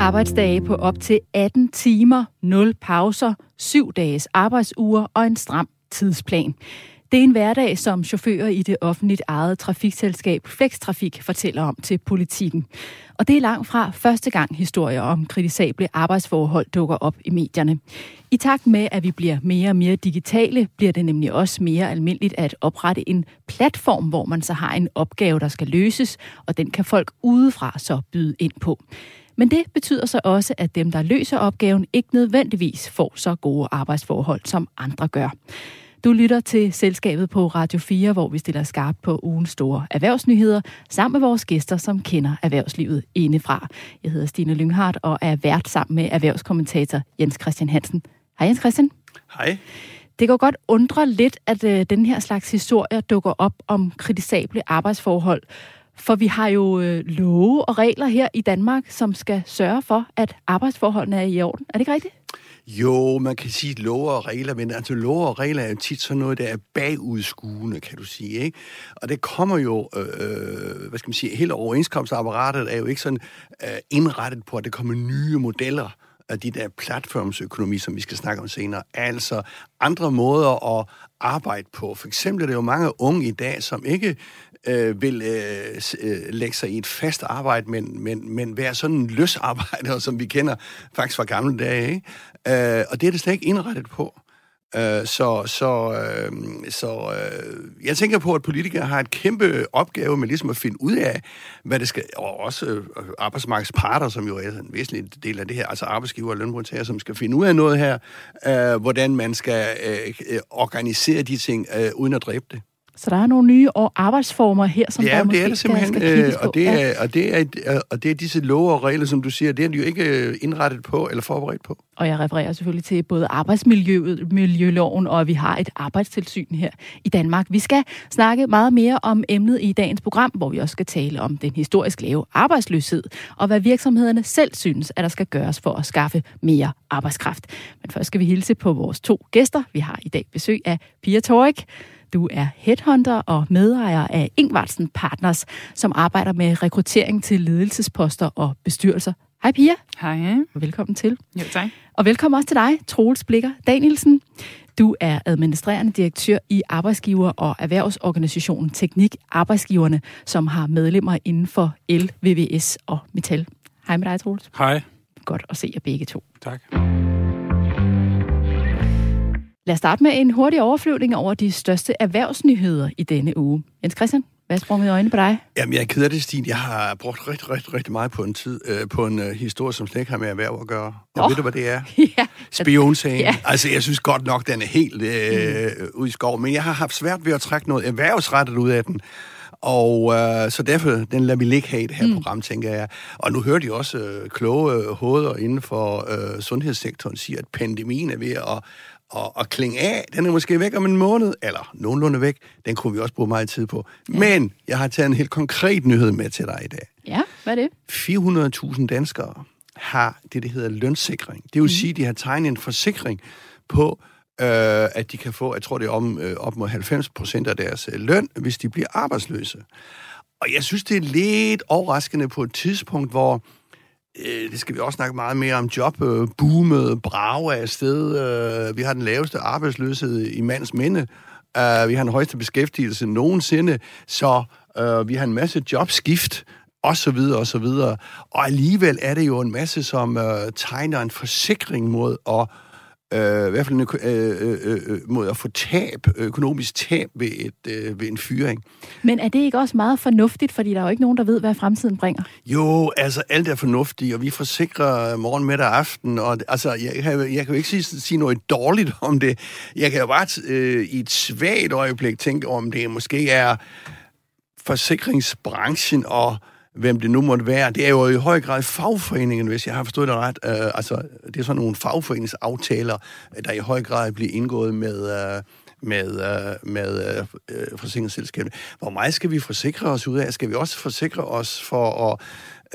arbejdsdage på op til 18 timer, 0 pauser, 7 dages arbejdsuger og en stram tidsplan. Det er en hverdag, som chauffører i det offentligt ejede trafikselskab Flextrafik fortæller om til Politikken. Og det er langt fra første gang historier om kritisable arbejdsforhold dukker op i medierne. I takt med, at vi bliver mere og mere digitale, bliver det nemlig også mere almindeligt at oprette en platform, hvor man så har en opgave, der skal løses, og den kan folk udefra så byde ind på. Men det betyder så også, at dem, der løser opgaven, ikke nødvendigvis får så gode arbejdsforhold, som andre gør. Du lytter til Selskabet på Radio 4, hvor vi stiller skarpt på ugens store erhvervsnyheder, sammen med vores gæster, som kender erhvervslivet indefra. Jeg hedder Stine Lynghardt og er vært sammen med erhvervskommentator Jens Christian Hansen. Hej Jens Christian. Hej. Det kan godt undre lidt, at den her slags historier dukker op om kritisable arbejdsforhold. For vi har jo love og regler her i Danmark, som skal sørge for, at arbejdsforholdene er i orden. Er det ikke rigtigt? Jo, man kan sige love og regler, men altså love og regler er jo tit sådan noget, der er bagudskuende, kan du sige, ikke? Og det kommer jo, hele overenskomstapparatet er jo ikke sådan indrettet på, at der kommer nye modeller af de der platformsøkonomi, som vi skal snakke om senere. Altså være måder at arbejde på. For eksempel er der jo mange unge i dag, som ikke vil lægge sig i et fast arbejde, men være sådan en løsarbejder, som vi kender faktisk fra gamle dage, ikke? Og det er det slet ikke indrettet på. Så jeg tænker på, at politikere har et kæmpe opgave med ligesom at finde ud af, hvad det skal, og også arbejdsmarkedsparter, som jo er en væsentlig del af det her, altså arbejdsgiver og lønmodtagere, som skal finde ud af noget her, hvordan man skal organisere de ting, uden at dræbe det. Så der er nogle nye arbejdsformer her, som der måske skal kigges på. Og det er disse love og regler, som du siger, det er de jo ikke indrettet på eller forberedt på. Og jeg refererer selvfølgelig til både arbejdsmiljøloven, og vi har et arbejdstilsyn her i Danmark. Vi skal snakke meget mere om emnet i dagens program, hvor vi også skal tale om den historisk lave arbejdsløshed, og hvad virksomhederne selv synes, at der skal gøres for at skaffe mere arbejdskraft. Men først skal vi hilse på vores 2 gæster. Vi har i dag besøg af Pia Torek. Du er headhunter og medejer af Ingvartsen Partners, som arbejder med rekruttering til ledelsesposter og bestyrelser. Hej Pia. Hej. Og velkommen til. Jo, tak. Og velkommen også til dig, Troels Blikker Danielsen. Du er administrerende direktør i arbejdsgiver- og erhvervsorganisationen Teknik Arbejdsgiverne, som har medlemmer inden for el, VVS og Metal. Hej med dig, Troels. Hej. Godt at se jer begge 2. Tak. Lad os starte med en hurtig overflyvning over de største erhvervsnyheder i denne uge. Jens Christian, hvad er sprunget i øjnene på dig? Jamen, jeg er ked af det, Stine. Jeg har brugt rigtig meget på en historie, som slet ikke har med erhverv at gøre. Og ved du, hvad det er? Ja. Spionsagen. Ja. Altså, jeg synes godt nok, den er helt ude i skov. Men jeg har haft svært ved at trække noget erhvervsrettet ud af den. Og så derfor, den lader vi ligge her i det her program, tænker jeg. Og nu hører de også kloge hoveder inden for sundhedssektoren sige, at pandemien er ved at klinge af. Den er måske væk om en måned, eller nogenlunde væk. Den kunne vi også bruge meget tid på. Ja. Men jeg har taget en helt konkret nyhed med til dig i dag. Ja, hvad er det? 400.000 danskere har det hedder lønsikring. Det vil sige, at de har tegnet en forsikring på, at de kan få, jeg tror det er op mod 90% af deres løn, hvis de bliver arbejdsløse. Og jeg synes, det er lidt overraskende på et tidspunkt, hvor det skal vi også snakke meget mere om, jobboomet brager afsted. Vi har den laveste arbejdsløshed i mands minde. Vi har den højeste beskæftigelse nogensinde, så vi har en masse jobskift, og så videre, og så videre. Og alligevel er det jo en masse, som tegner en forsikring mod at i hvert fald mod at få økonomisk tab ved en fyring. Men er det ikke også meget fornuftigt, fordi der er jo ikke nogen, der ved, hvad fremtiden bringer? Jo, altså alt er fornuftigt, og vi forsikrer morgen, middag og aften, og altså, jeg kan jo ikke sige noget dårligt om det. Jeg kan jo bare i et svagt øjeblik tænke, om det måske er forsikringsbranchen og hvem det nu måtte være. Det er jo i høj grad fagforeningen, hvis jeg har forstået det ret. Det er sådan nogle fagforeningsaftaler, der i høj grad bliver indgået med forsikringsselskaberne. Hvor meget skal vi forsikre os ud af? Skal vi også forsikre os for at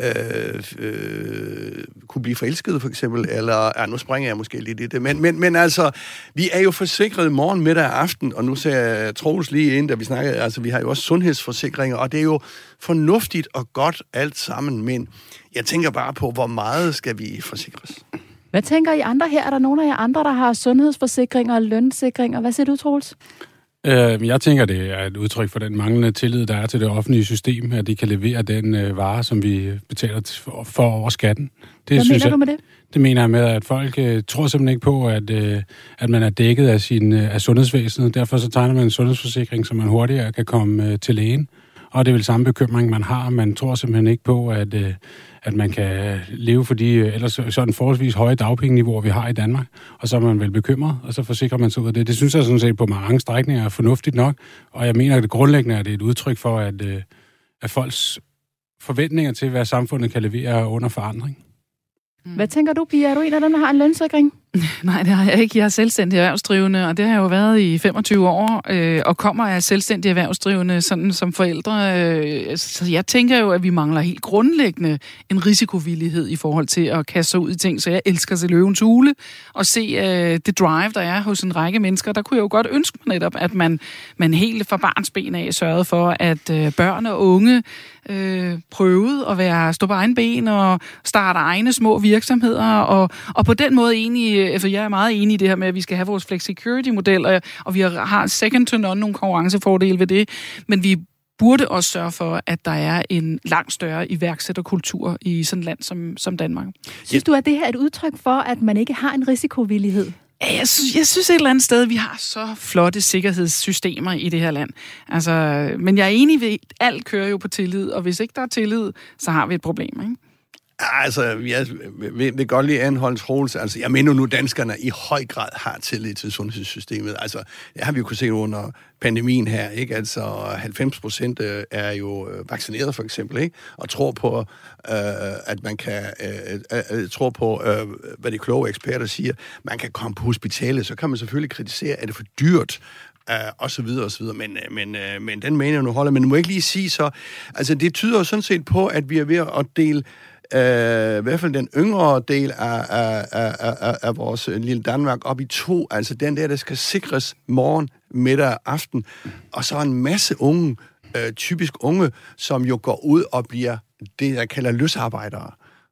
kunne blive forelsket, for eksempel, eller, nu springer jeg måske lidt i det, men altså, vi er jo forsikret morgen, middag og aften, og nu ser jeg Troels lige ind, da vi snakkede, altså, vi har jo også sundhedsforsikringer, og det er jo fornuftigt og godt alt sammen, men jeg tænker bare på, hvor meget skal vi forsikres? Hvad tænker I andre her? Er der nogen af jer andre, der har sundhedsforsikringer og lønsikringer? Hvad siger du, Troels? Jeg tænker, det er et udtryk for den manglende tillid, der er til det offentlige system, at de kan levere den vare, som vi betaler for over skatten. Hvad mener du med det? Det mener jeg med, at folk tror simpelthen ikke på, at man er dækket af sundhedsvæsenet. Derfor så tegner man en sundhedsforsikring, så man hurtigere kan komme til lægen. Og det er vel samme bekymring, man har. Man tror simpelthen ikke på, at man kan leve for de ellers sådan forholdsvis høje dagpengeniveauer, vi har i Danmark. Og så er man vel bekymret, og så forsikrer man sig ud af det. Det synes jeg sådan set på mange strækninger er fornuftigt nok. Og jeg mener, at det grundlæggende er det et udtryk for, at folks forventninger til, hvad samfundet kan levere, er under forandring. Hvad tænker du, Pia? Er du en af dem, der har en lønsikring? Nej, det har jeg ikke. Jeg er selvstændig erhvervsdrivende, og det har jeg jo været i 25 år, og kommer af selvstændig erhvervsdrivende sådan som forældre. Så jeg tænker jo, at vi mangler helt grundlæggende en risikovillighed i forhold til at kaste sig ud i ting. Så jeg elsker til Løvens Hule og se det drive, der er hos en række mennesker. Der kunne jeg jo godt ønske mig netop, at man helt fra barnsben af sørgede for, at børn og unge prøvede at stå på egen ben og starte egne små virksomheder, og på den måde egentlig, altså jeg er meget enig i det her med, at vi skal have vores flexicurity-model, og vi har second to none nogle konkurrencefordele ved det, men vi burde også sørge for, at der er en langt større iværksætterkultur i sådan et land som Danmark. Synes du, at det her er et udtryk for, at man ikke har en risikovillighed? Jeg synes et eller andet sted, vi har så flotte sikkerhedssystemer i det her land. Altså, men jeg er enig ved, at alt kører jo på tillid, og hvis ikke der er tillid, så har vi et problem, ikke? Altså, jeg vil godt lige anholde Troels. Altså, jeg mener nu, danskerne i høj grad har tillid til sundhedssystemet. Altså, det har vi jo kunnet se under pandemien her, ikke? Altså, 90% er jo vaccineret, for eksempel, ikke? Og tror på, at man kan... tror på, hvad de kloge eksperter siger. Man kan komme på hospitalet, så kan man selvfølgelig kritisere, at det er for dyrt, og så videre, og så videre. Men den mener jeg nu holder. Men du må ikke lige sige så... Altså, det tyder jo sådan set på, at vi er ved at dele i hvert fald den yngre del af vores lille Danmark op i to. Altså den der skal sikres morgen, middag og aften. Og så en masse unge, typisk unge, som jo går ud og bliver det, jeg kalder løsarbejdere.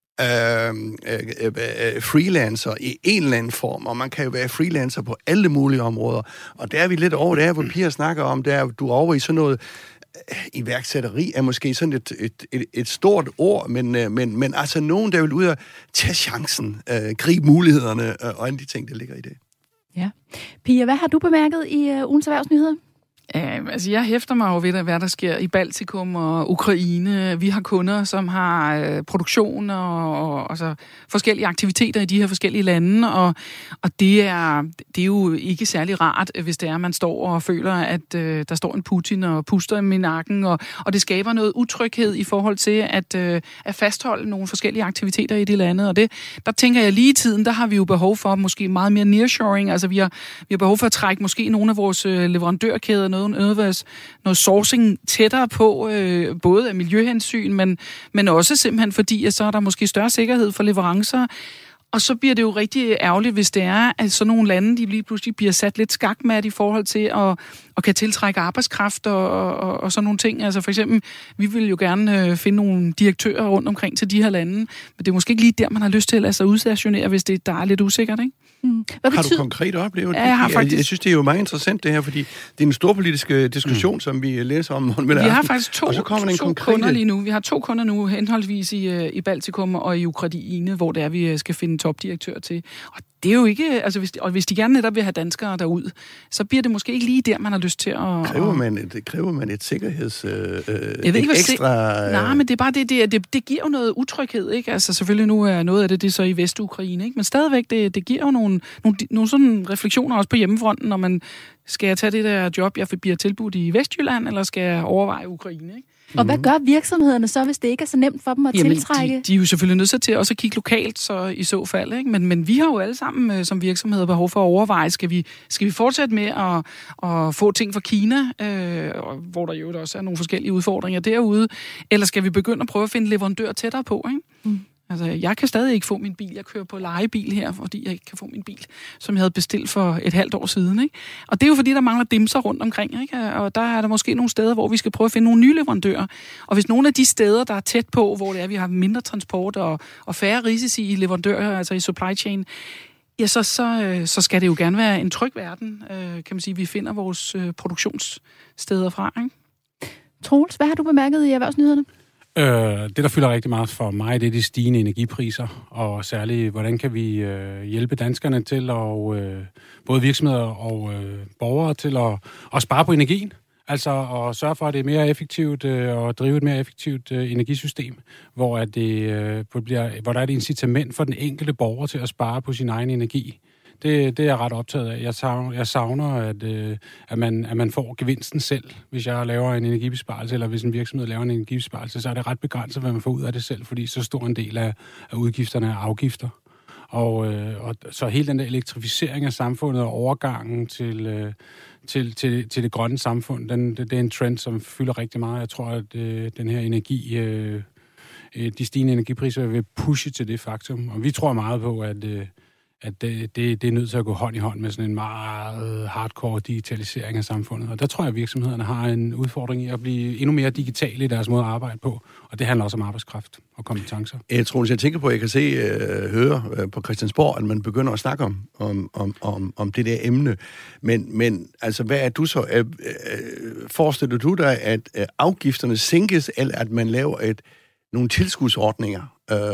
Freelancer i en eller anden form, og man kan jo være freelancer på alle mulige områder. Og der er vi lidt over der, hvor Pia snakker om, der du er over i sådan noget. Iværksætteri er måske sådan et stort ord, men altså nogen, der vil ud og tage chancen, gribe mulighederne og alle de ting, der ligger i det. Ja. Pia, hvad har du bemærket i ugens erhvervsnyheder? Altså, jeg hæfter mig jo ved, hvad der sker i Baltikum og Ukraine. Vi har kunder, som har produktion og altså, forskellige aktiviteter i de her forskellige lande, og det er jo ikke særlig rart, hvis det er, man står og føler, at der står en Putin og puster i nakken, og det skaber noget utryghed i forhold til at fastholde nogle forskellige aktiviteter i de lande, og der tænker jeg lige i tiden, der har vi jo behov for måske meget mere nearshoring, altså vi har behov for at trække måske nogle af vores leverandørkæder, noget sourcing tættere på, både af miljøhensyn, men også simpelthen fordi, at så er der måske større sikkerhed for leverancer. Og så bliver det jo rigtig ærgerligt, hvis det er, at sådan nogle lande, de lige pludselig bliver sat lidt skakmat i forhold til at kan tiltrække arbejdskraft og sådan nogle ting. Altså for eksempel, vi vil jo gerne finde nogle direktører rundt omkring til de her lande, men det er måske ikke lige der, man har lyst til at lade sig udstationere, hvis der er lidt usikkert, ikke? Har du konkret oplevet det? Ja, jeg har faktisk. Jeg synes, det er jo meget interessant det her, fordi det er en storpolitisk diskussion, som vi læser om. Vi har faktisk to kunder lige nu. Vi har 2 kunder nu, henholdsvis i Baltikum og i Ukraine, hvor det er, vi skal finde topdirektør til. Og det er jo ikke, altså hvis de gerne netop vil have danskere derud, så bliver det måske ikke lige der, man har lyst til at... Kræver man et sikkerheds... jeg ved ikke, ekstra... Nej, men det er bare det giver jo noget utryghed, ikke? Altså selvfølgelig nu er noget af det er så i Vestukraine, ikke? Men stadigvæk, det giver jo nogle sådan refleksioner også på hjemmefronten, når man skal jeg tage det der job, jeg bliver tilbudt i Vestjylland, eller skal jeg overveje Ukraine, ikke? Og hvad gør virksomhederne så, hvis det ikke er så nemt for dem at tiltrække? De er jo selvfølgelig nødt til også at kigge lokalt så i så fald, ikke? Men vi har jo alle sammen som virksomheder behov for at overveje, skal vi fortsætte med at få ting fra Kina, hvor der jo også er nogle forskellige udfordringer derude, eller skal vi begynde at prøve at finde leverandører tættere på, ikke? Altså, jeg kan stadig ikke få min bil. Jeg kører på lejebil her, fordi jeg ikke kan få min bil, som jeg havde bestilt for et halvt år siden, ikke? Og det er jo fordi, der mangler dimser rundt omkring, ikke? Og der er der måske nogle steder, hvor vi skal prøve at finde nogle nye leverandører. Og hvis nogle af de steder, der er tæt på, hvor det er, vi har mindre transport og færre risici i leverandører, altså i supply chain, ja, så skal det jo gerne være en tryg verden, kan man sige, vi finder vores produktionssteder fra, ikke? Troels, hvad har du bemærket i Erhvervsnyhederne? Det, der fylder rigtig meget for mig, det er de stigende energipriser, og særligt, hvordan kan vi hjælpe danskerne til, og både virksomheder og borgere til at spare på energien. Altså at sørge for, at det er mere effektivt og drive et mere effektivt energisystem, hvor der er et incitament for den enkelte borger til at spare på sin egen energi. Det er jeg ret optaget af. Jeg savner, at man får gevinsten selv. Hvis jeg laver en energibesparelse, eller hvis en virksomhed laver en energibesparelse, så er det ret begrænset, hvad man får ud af det selv, fordi så stor en del af udgifterne er afgifter. Og så hele den der elektrificering af samfundet og overgangen til det grønne samfund, det er en trend, som fylder rigtig meget. Jeg tror, at den her de stigende energipriser vil pushe til det faktum. Og vi tror meget på, at det er nødt til at gå hånd i hånd med sådan en meget hardcore digitalisering af samfundet. Og der tror jeg, at virksomhederne har en udfordring i at blive endnu mere digitale i deres måde at arbejde på. Og det handler også om arbejdskraft og kompetencer. Jeg tænker på, at jeg kan høre på Christiansborg, at man begynder at snakke om det der emne. Men altså, hvad er du så? Forestiller du dig, at afgifterne sænkes, eller at man laver nogle tilskudsordninger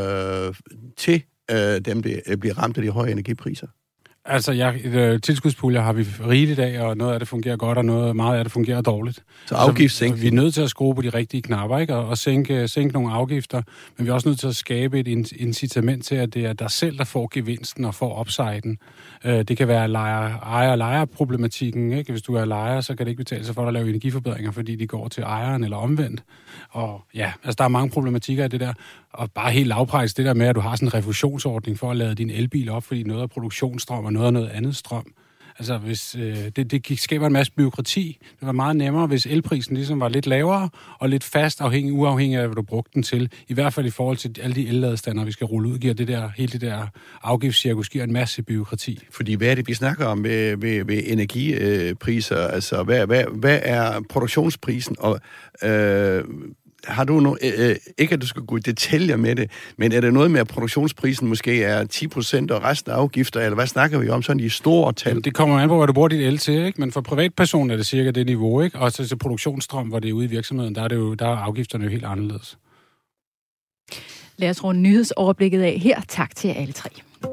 til dem, der bliver ramt af de høje energipriser? Altså, tilskudspuljer har vi rigeligt af, og noget af det fungerer godt, og meget af det fungerer dårligt. Så afgiftssænkning? Vi er nødt til at skrue på de rigtige knapper, ikke? Og sænke nogle afgifter, men vi er også nødt til at skabe et incitament til, at det er der selv, der får gevinsten og får upsiden. Det kan være ejer-lejer-problematikken, ikke? Hvis du er lejer, så kan det ikke betale sig for at lave energiforbedringer, fordi de går til ejeren eller omvendt. Og ja, altså der er mange problematikker i det der. Og bare helt lavpræs det der med, at du har sådan en refusionsordning for at lade din elbil op, fordi noget er produktionsstrøm og noget andet strøm. Altså, hvis det skaber en masse bureaukrati. Det var meget nemmere, hvis elprisen ligesom var lidt lavere og lidt fast uafhængig af, hvad du brugte den til. I hvert fald i forhold til alle de elladestandere, vi skal rulle ud, hele det der afgiftscirkus giver en masse bureaukrati. Fordi hvad er det, vi snakker om ved energipriser? Altså, hvad er produktionsprisen? Og har du ikke at du skal gå i detaljer med det, men er det noget med, at produktionsprisen måske er 10% og resten af afgifter, eller hvad snakker vi om, sådan de store tal? Det kommer an på, hvad du bruger dit el til, ikke? Men for privatpersoner er det cirka det niveau, ikke? Og så til produktionsstrøm, hvor det er ude i virksomheden, der er afgifterne jo helt anderledes. Lad os runde nyhedsoverblikket af her. Tak til alle tre.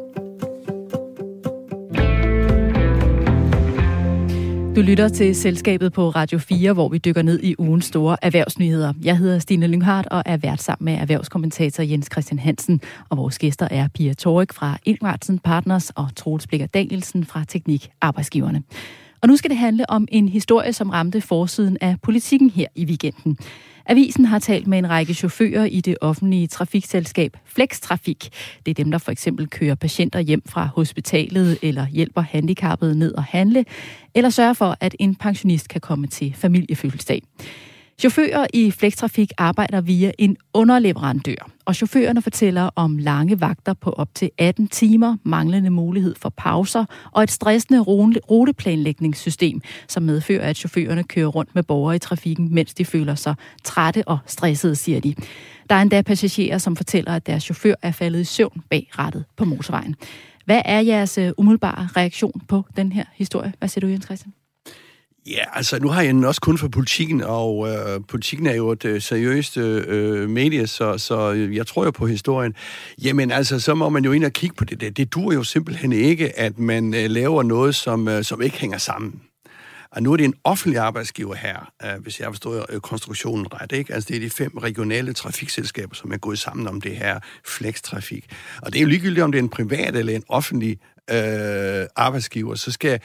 Du lytter til Selskabet på Radio 4, hvor vi dykker ned i ugens store erhvervsnyheder. Jeg hedder Stine Lynghardt og er vært sammen med erhvervskommentator Jens Christian Hansen. Og vores gæster er Pia Torik fra Ingvartsen Partners og Troels Blicher Danielsen fra Teknik Arbejdsgiverne. Og nu skal det handle om en historie, som ramte forsiden af Politikken her i weekenden. Avisen har talt med en række chauffører i det offentlige trafikselskab Flextrafik. Det er dem, der for eksempel kører patienter hjem fra hospitalet eller hjælper handicappede ned og handle, eller sørger for, at en pensionist kan komme til familiefødselsdag. Chauffører i Flextrafik arbejder via en underleverandør, og chaufførerne fortæller om lange vagter på op til 18 timer, manglende mulighed for pauser og et stressende ruteplanlægningssystem, som medfører, at chaufførerne kører rundt med borgere i trafikken, mens de føler sig trætte og stressede, siger de. Der er endda passagerer, som fortæller, at deres chauffør er faldet i søvn bag rattet på motorvejen. Hvad er jeres umiddelbare reaktion på den her historie? Hvad siger du, Jens Christian? Ja, altså nu har jeg den også kun for Politikken, og Politikken er jo et seriøst medie, så jeg tror jo på historien. Jamen altså, så må man jo ind og kigge på det. Det duer jo simpelthen ikke, at man laver noget, som ikke hænger sammen. Og nu er det en offentlig arbejdsgiver her, hvis jeg forstår konstruktionen ret, ikke? Altså det er de 5 regionale trafikselskaber, som er gået sammen om det her Flextrafik. Og det er jo ligegyldigt, om det er en privat eller en offentlig arbejdsgiver, så skal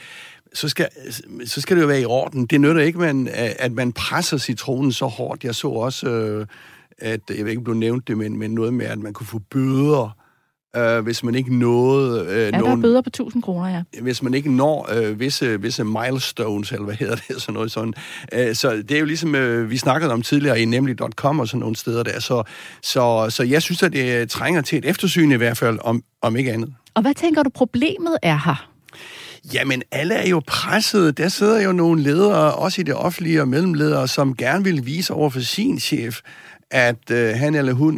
så skal det jo være i orden. Det nytter ikke, at man presser citronen så hårdt. Jeg så også, at jeg ved ikke, om du nævnte det, men noget med, at man kunne få bøder, hvis man ikke nåede... der er bøder på 1.000 kroner, ja. Hvis man ikke når visse milestones, eller hvad hedder det, sådan noget sådan. Så det er jo ligesom, vi snakkede om tidligere i nemlig.com og sådan nogle steder der. Så jeg synes, at det trænger til et eftersyn i hvert fald, om ikke andet. Og hvad tænker du, problemet er her? Jamen, alle er jo presset. Der sidder jo nogle ledere, også i det offentlige og mellemledere, som gerne vil vise over for sin chef, at han eller hun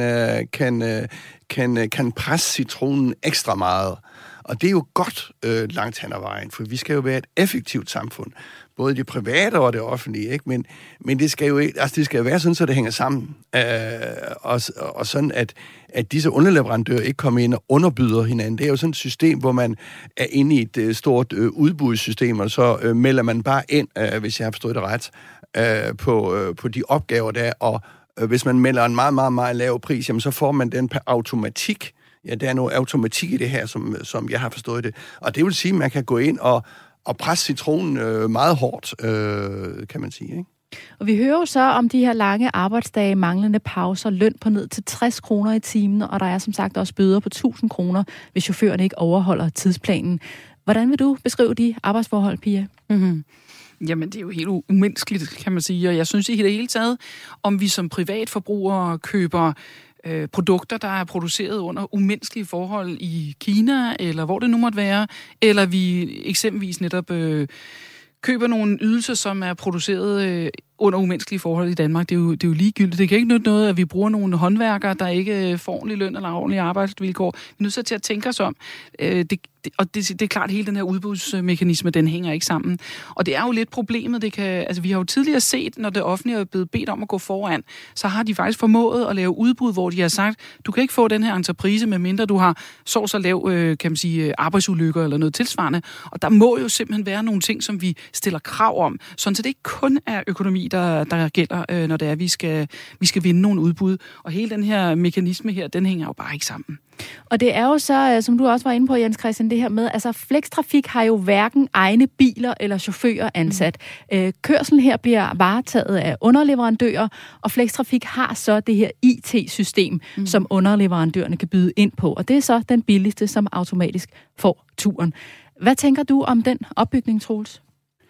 kan presse citronen ekstra meget. Og det er jo godt langt hen ad vejen, for vi skal jo være et effektivt samfund. Både det private og det offentlige, ikke? Men det skal jo det skal være sådan, så det hænger sammen. Og sådan, at disse underleverandører ikke kommer ind og underbyder hinanden. Det er jo sådan et system, hvor man er inde i et stort udbudssystem, og så melder man bare ind, hvis jeg har forstået det ret, på de opgaver der, og hvis man melder en meget, meget, meget lav pris, jamen, så får man den per automatik. Ja, der er noget automatik i det her, som jeg har forstået det. Og det vil sige, at man kan gå ind og presse citronen meget hårdt, kan man sige, ikke? Og vi hører jo så om de her lange arbejdsdage, manglende pauser, løn på ned til 60 kroner i timen, og der er som sagt også bøder på 1.000 kroner, hvis chaufføren ikke overholder tidsplanen. Hvordan vil du beskrive de arbejdsforhold, Pia? Mm-hmm. Jamen, det er jo helt umenneskeligt, kan man sige. Og jeg synes i det hele taget, om vi som privatforbrugere køber produkter, der er produceret under umenneskelige forhold i Kina, eller hvor det nu måtte være, eller vi eksempelvis netop køber nogle ydelser, som er produceret under umenneskelige forhold i Danmark. Det er jo ligegyldigt. Det kan ikke nytte noget, at vi bruger nogle håndværkere, der ikke får ordentlig løn eller ordentlige arbejdsvilkår. Vi er nødt til at tænke os om. Det er klart, at hele den her udbudsmekanisme, den hænger ikke sammen. Og det er jo lidt problemet. Vi har jo tidligere set, når det offentlige er blevet bedt om at gå foran, så har de faktisk formået at lave udbud, hvor de har sagt, du kan ikke få den her entreprise, medmindre du har så lav, kan man sige, arbejdsulykker eller noget tilsvarende. Og der må jo simpelthen være nogle ting, som vi stiller krav om, sådan så det ikke kun er økonomi, der gælder, når det er, vi skal vinde nogle udbud. Og hele den her mekanisme her, den hænger jo bare ikke sammen. Og det er jo så, som du også var inde på, Jens Christian, det her med, altså Flextrafik har jo hverken egne biler eller chauffører ansat. Kørselen her bliver varetaget af underleverandører, og Flextrafik har så det her IT-system, som underleverandørerne kan byde ind på. Og det er så den billigste, som automatisk får turen. Hvad tænker du om den opbygning, Troels?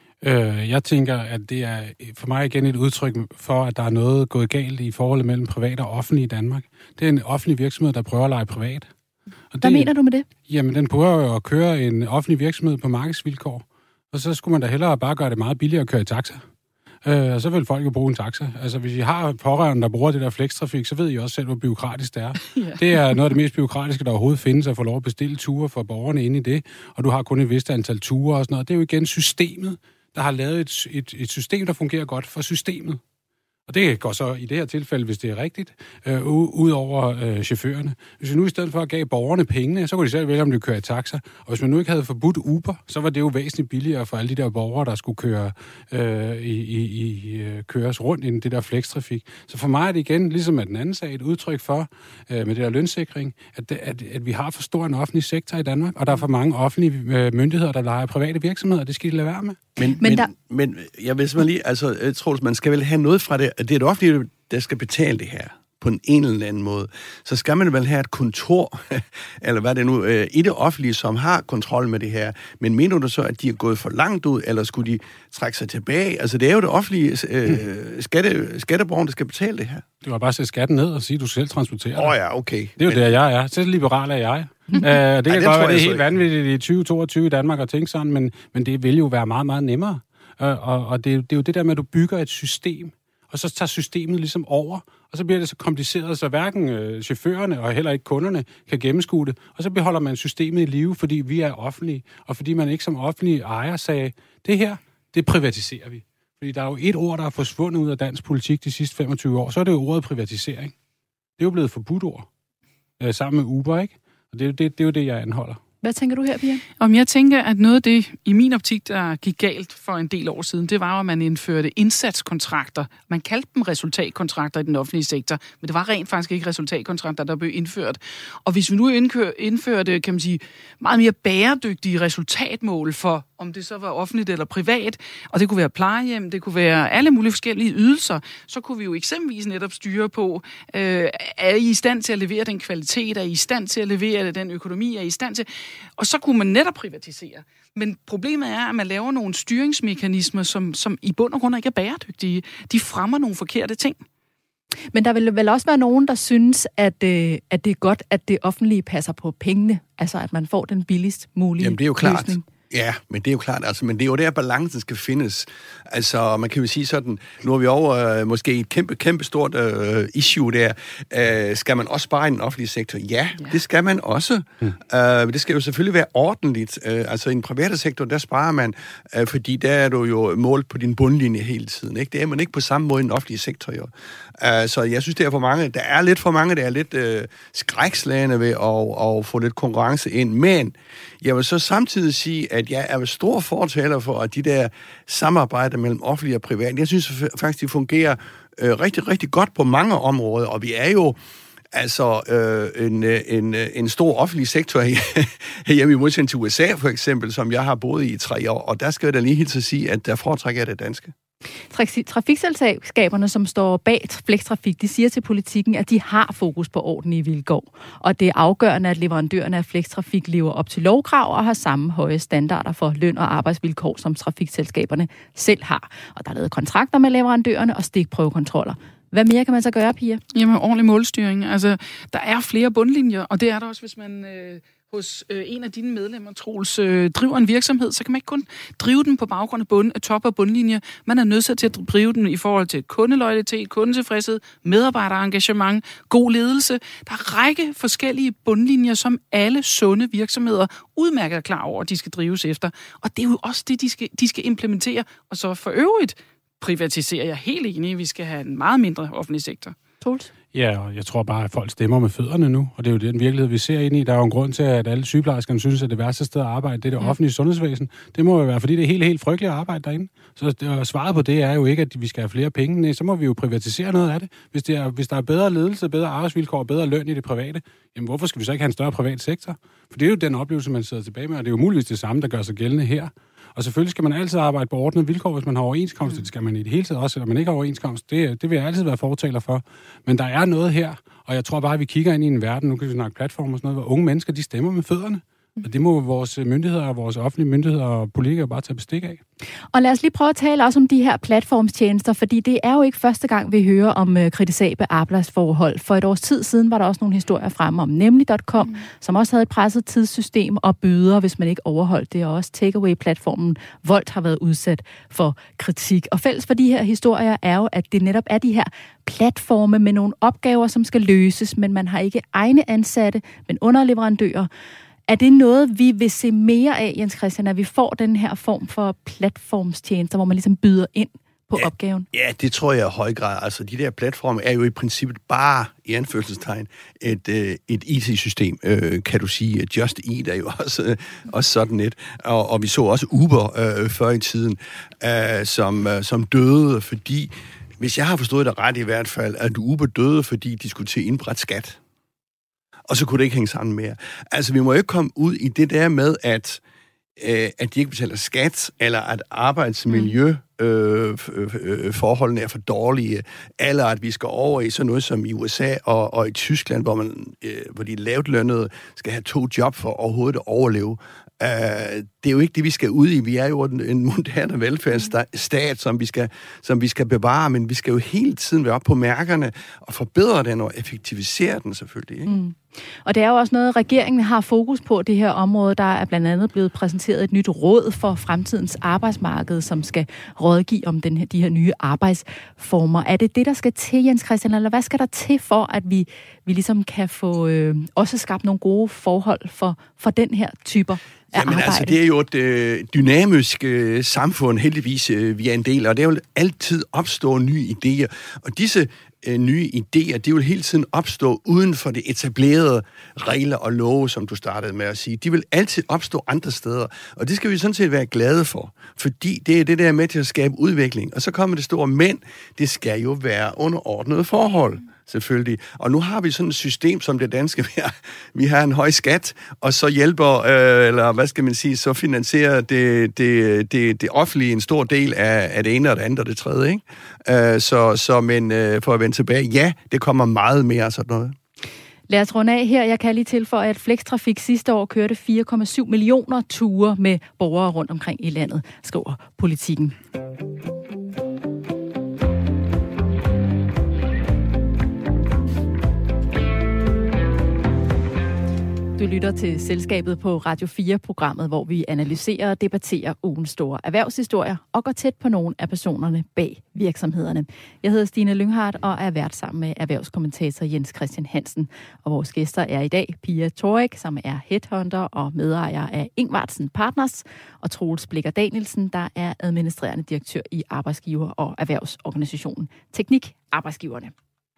Jeg tænker, at det er for mig igen et udtryk for, at der er noget gået galt i forholdet mellem privat og offentlig i Danmark. Det er en offentlig virksomhed, der prøver at lege privat. Og hvad mener du med det? Jamen, den prøver jo at køre en offentlig virksomhed på markedsvilkår. Og så skulle man da hellere bare gøre det meget billigere at køre i taxa. Og så vil folk jo bruge en taxa. Altså, hvis I har pårørende, der bruger det der flextrafik, så ved I også selv, hvor bureaukratisk det er. Ja. Det er noget af det mest bureaukratiske, der overhovedet findes, at få lov at bestille ture for borgerne inde i det. Og du har kun et vist antal ture og sådan noget. Det er jo igen systemet, der har lavet et system, der fungerer godt for systemet. Og det går så i det her tilfælde, hvis det er rigtigt, ud over chaufførerne. Hvis vi nu i stedet for at gav borgerne pengene, så kunne de selv vælge, om de kører i taxa. Og hvis man nu ikke havde forbudt Uber, så var det jo væsentligt billigere for alle de der borgere, der skulle køres rundt i det der flextrafik. Så for mig er det igen, ligesom med den anden sag, et udtryk for, med det der lønsikring, at vi har for stor en offentlig sektor i Danmark, og der er for mange offentlige myndigheder, der leger private virksomheder, det skal de lade være med. Men jeg vil simpelthen lige, Troels, man skal vel have noget fra det. Det er det offentlige, der skal betale det her på en eller anden måde. Så skal man vel have et kontor, eller hvad det nu, i det offentlige, som har kontrol med det her. Men mener du så, at de er gået for langt ud, eller skulle de trække sig tilbage? Altså, det er jo det offentlige skatteborgerne, der skal betale det her. Du har bare sætte skatten ned og sige, at du selv transporterer ja, okay. Det er jo det, jeg er. Selv liberal er jeg. Det kan godt være, det er helt vanvittigt i 2022 i Danmark at tænke sådan, men det vil jo være meget, meget nemmere. Og det er jo det der med, at du bygger et system, og så tager systemet ligesom over, og så bliver det så kompliceret, så hverken chaufførerne og heller ikke kunderne kan gennemskue det, og så beholder man systemet i live, fordi vi er offentlige, og fordi man ikke som offentlig ejer sagde, det her, det privatiserer vi. Fordi der er jo et ord, der er forsvundet ud af dansk politik de sidste 25 år, så er det jo ordet privatisering. Det er jo blevet forbudt ord, sammen med Uber, ikke? Og det er jo det, jeg anholder. Hvad tænker du her, Pia? Om jeg tænker, at noget af det, i min optik, der gik galt for en del år siden, det var, at man indførte indsatskontrakter. Man kaldte dem resultatkontrakter i den offentlige sektor, men det var rent faktisk ikke resultatkontrakter, der blev indført. Og hvis vi nu indførte, kan man sige, meget mere bæredygtige resultatmål for om det så var offentligt eller privat, og det kunne være plejehjem, det kunne være alle mulige forskellige ydelser, så kunne vi jo eksempelvis netop styre på, er I stand til at levere den kvalitet, er I stand til at levere den økonomi, er I stand til, og så kunne man netop privatisere. Men problemet er, at man laver nogle styringsmekanismer, som i bund og grund ikke er bæredygtige. De fremmer nogle forkerte ting. Men der vil vel også være nogen, der synes, at det er godt, at det offentlige passer på pengene, altså at man får den billigst mulige Jamen, det er jo klart. løsning. Ja, men det er jo klart, altså, men det er jo der, balancen skal findes. Altså, man kan jo sige sådan, nu er vi over måske et kæmpe stort issue der. Skal man også spare i den offentlige sektor? Ja, det skal man også. Det skal jo selvfølgelig være ordentligt. Altså, i den private sektor, der sparer man, fordi der er du jo målt på din bundlinje hele tiden. Ikke? Det er man ikke på samme måde i den offentlige sektor, jo. Så jeg synes, det er for mange. Der er lidt for mange, der er lidt skrækslagende ved at få lidt konkurrence ind. Men jeg vil så samtidig sige, at jeg er stor fortaler for, at de der samarbejder mellem offentlig og privat, jeg synes faktisk, de fungerer rigtig, rigtig godt på mange områder, og vi er jo altså en stor offentlig sektor hjemme i modsætning til USA, for eksempel, som jeg har boet i 3 år, og der skal jeg da lige helt til at sige, at der foretrækker jeg det danske. Trafikselskaberne, som står bag Flextrafik, de siger til Politikken, at de har fokus på ordentlige vilkår, og det er afgørende, at leverandørerne af Flextrafik lever op til lovkrav og har samme høje standarder for løn og arbejdsvilkår, som trafikselskaberne selv har. Og der er lavet kontrakter med leverandørerne og stikprøvekontroller. Hvad mere kan man så gøre, Pia? Jamen, ordentlig målstyring. Altså, der er flere bundlinjer, og det er der også, hvis man hos en af dine medlemmer, Troels, driver en virksomhed, så kan man ikke kun drive den på baggrund af top- og bundlinje. Man er nødt til at drive den i forhold til kundeloyalitet, kundetilfredshed, medarbejderengagement, god ledelse. Der er en række forskellige bundlinjer, som alle sunde virksomheder udmærket er klar over, at de skal drives efter. Og det er jo også det, de skal implementere. Og så for øvrigt privatiserer jeg helt enig, at vi skal have en meget mindre offentlig sektor. Troels? Ja, og jeg tror bare, at folk stemmer med fødderne nu, og det er jo den virkelighed, vi ser ind i. Der er jo en grund til, at alle sygeplejerskerne synes, at det værste sted at arbejde, det er det offentlige sundhedsvæsen. Det må jo være, fordi det er helt frygteligt at arbejde derinde. Så svaret på det er jo ikke, at vi skal have flere penge. Nej, så må vi jo privatisere noget af det. Hvis der er bedre ledelse, bedre arbejdsvilkår og bedre løn i det private, jamen hvorfor skal vi så ikke have en større privat sektor? For det er jo den oplevelse, man sidder tilbage med, og det er jo muligvis det samme, der gør sig gældende her. Og selvfølgelig skal man altid arbejde på ordnede vilkår, hvis man har overenskomst. Det skal man i det hele taget også, selvom man ikke har overenskomst. Det vil jeg altid være fortaler for. Men der er noget her, og jeg tror bare, at vi kigger ind i en verden, nu kan vi snakke platformer og sådan noget, hvor unge mennesker, de stemmer med fødderne. Og det må vores myndigheder og vores offentlige myndigheder og politikere bare tage bestik af. Og lad os lige prøve at tale også om de her platformstjenester, fordi det er jo ikke første gang, vi hører om kritisable arbejdsforhold. For et års tid siden var der også nogle historier fremme om nemlig.com, som også havde et presset tidssystem og bøder, hvis man ikke overholdt det. Og også takeaway-platformen Volt har været udsat for kritik. Og fælles for de her historier er jo, at det netop er de her platforme med nogle opgaver, som skal løses, men man har ikke egne ansatte, men underleverandører. Er det noget, vi vil se mere af, Jens Christian, at vi får den her form for platformstjenester, hvor man ligesom byder ind på opgaven? Ja, det tror jeg i høj grad. Altså, de der platforme er jo i princippet bare, i anførselstegn, et IT-system, kan du sige. Just Eat er jo også sådan et. Og vi så også Uber før i tiden, som døde, fordi, hvis jeg har forstået det ret i hvert fald, at Uber døde, fordi de skulle til indbræt skat. Og så kunne det ikke hænge sammen mere. Altså, vi må ikke komme ud i det der med, at de ikke betaler skat, eller at arbejdsmiljøforholdene er for dårlige, eller at vi skal over i sådan noget som i USA og i Tyskland, hvor de lavtlønnede skal have 2 job for overhovedet at overleve. Det er jo ikke det, vi skal ud i. Vi er jo en moderne velfærdsstat, som vi skal bevare, men vi skal jo hele tiden være oppe på mærkerne og forbedre den og effektivisere den selvfølgelig. Ikke? Mm. Og det er jo også noget, regeringen har fokus på, det her område. Der er blandt andet blevet præsenteret et nyt råd for fremtidens arbejdsmarked, som skal rådgive om de her nye arbejdsformer. Er det det, der skal til, Jens Christian, eller hvad skal der til for, at vi ligesom kan få også skabt nogle gode forhold for den her typer? Jamen altså, det er jo et dynamisk samfund, heldigvis vi er en del, og der vil altid opstå nye idéer. Og disse nye idéer, det vil hele tiden opstå uden for det etablerede regler og love, som du startede med at sige. De vil altid opstå andre steder, og det skal vi sådan set være glade for, fordi det er det der med til at skabe udvikling. Og så kommer det store men, det skal jo være under ordnede forhold. selvfølgelig. Og nu har vi sådan et system som det danske. Vi har en høj skat, og så hjælper, eller hvad skal man sige, så finansierer det offentlige en stor del af det ene og det andet og det tredje, ikke? Men for at vende tilbage, ja, det kommer meget mere af sådan noget. Lad os runde af her. Jeg kan lige tilføje, at Flextrafik sidste år kørte 4,7 millioner ture med borgere rundt omkring i landet, skriver Politikken. Du lytter til Selskabet på Radio 4-programmet, hvor vi analyserer og debatterer ugens store erhvervshistorier og går tæt på nogle af personerne bag virksomhederne. Jeg hedder Stine Lynghardt og er vært sammen med erhvervskommentator Jens Christian Hansen. Og vores gæster er i dag Pia Torek, som er headhunter og medejer af Ingvartsen Partners, og Troels Blikker Danielsen, der er administrerende direktør i arbejdsgiver- og erhvervsorganisationen Teknik Arbejdsgiverne.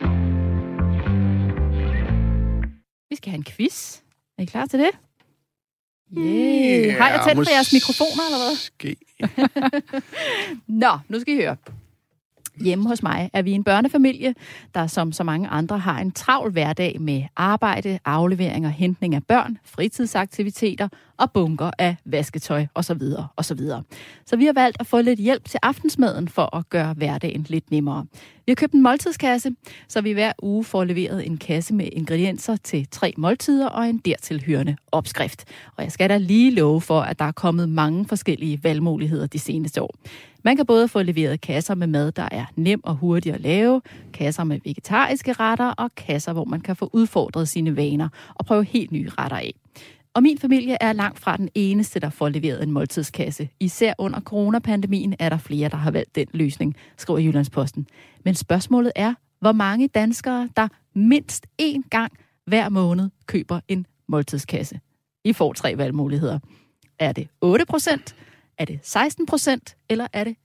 Vi skal have en quiz. Er I klar til det? Yeah. Har jeg tændt for jeres mikrofoner, eller hvad? Nå, nu skal I høre. Hjemme hos mig er vi en børnefamilie, der som så mange andre har en travl hverdag med arbejde, aflevering og hentning af børn, fritidsaktiviteter og bunker af vasketøj osv. osv. Så vi har valgt at få lidt hjælp til aftensmaden for at gøre hverdagen lidt nemmere. Vi har købt en måltidskasse, så vi hver uge får leveret en kasse med ingredienser til 3 måltider og en dertilhørende opskrift. Og jeg skal da lige love for, at der er kommet mange forskellige valgmuligheder de seneste år. Man kan både få leveret kasser med mad, der er nem og hurtig at lave, kasser med vegetariske retter og kasser, hvor man kan få udfordret sine vaner og prøve helt nye retter af. Og min familie er langt fra den eneste, der får leveret en måltidskasse. Især under coronapandemien er der flere, der har valgt den løsning, skriver Jyllandsposten. Men spørgsmålet er, hvor mange danskere, der mindst 1 gang hver måned køber en måltidskasse. I får 3 valgmuligheder. Er det 8%? Er det 16%, eller er det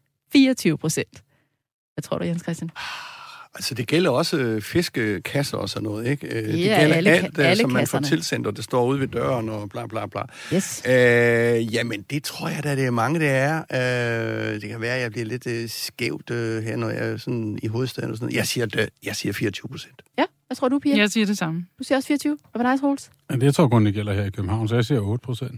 24%? Hvad tror du, Jens Christian? Altså, det gælder også fiskekasser og sådan noget, ikke? Ja, det gælder alle som man kasserne får tilsendt, og det står ude ved døren og bla bla bla. Yes. Jamen, det tror jeg da, det er mange, det er. Det kan være, at jeg bliver lidt skævt her, når jeg er sådan i hovedstaden og sådan noget. Jeg siger 24%. Ja, hvad tror du, Pia? Jeg siger det samme. Du siger også 24. Og hvad dig, Troels? Jeg tror kun, det gælder her i København, så jeg siger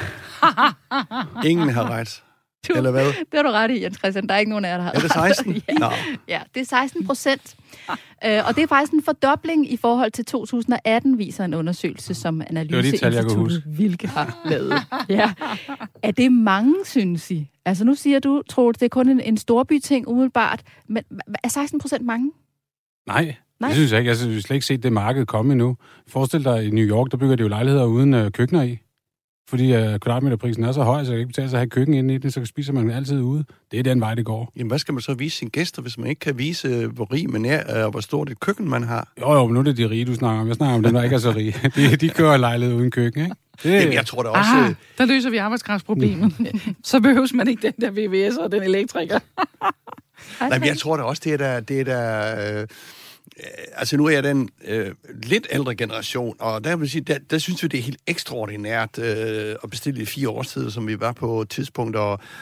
8%. Ingen har ret. Eller hvad? Det har du ret i, Jens Christian. Der er ikke nogen af jer, der har. Er det 16? Ja, det er 16%. Og det er faktisk en fordobling i forhold til 2018, viser en undersøgelse, som Analyseinstituttet Vilke har lavet. Ja. Er det mange, synes I? Altså nu siger du, Troels, det er kun en storby-ting umiddelbart. Men er 16% mange? Nej. Det synes jeg ikke. Jeg synes slet ikke set det marked komme endnu. Forestil dig, i New York, der bygger de jo lejligheder uden køkkener i. Fordi kvadratmeterprisen er så høj, så jeg kan ikke betale sig at have køkken inde i den, så spiser man altid ude. Det er den vej, det går. Jamen, hvad skal man så vise sine gæster, hvis man ikke kan vise, hvor rig man er, og hvor stort et køkken man har? Jo, men nu er det de rige, du snakker om. Jeg snakker om dem, der ikke er så rige. De kører lejlighed uden køkken, ikke? Jamen, jeg tror da også... der løser vi arbejdskraftsproblemet. Så behøves man ikke den der VVS og den elektriker. Nej, men jeg tror da også, det er der altså nu er jeg den lidt ældre generation, og der vil sige, der synes vi, det er helt ekstraordinært at bestille i 4 års tid, som vi var på et tidspunkt,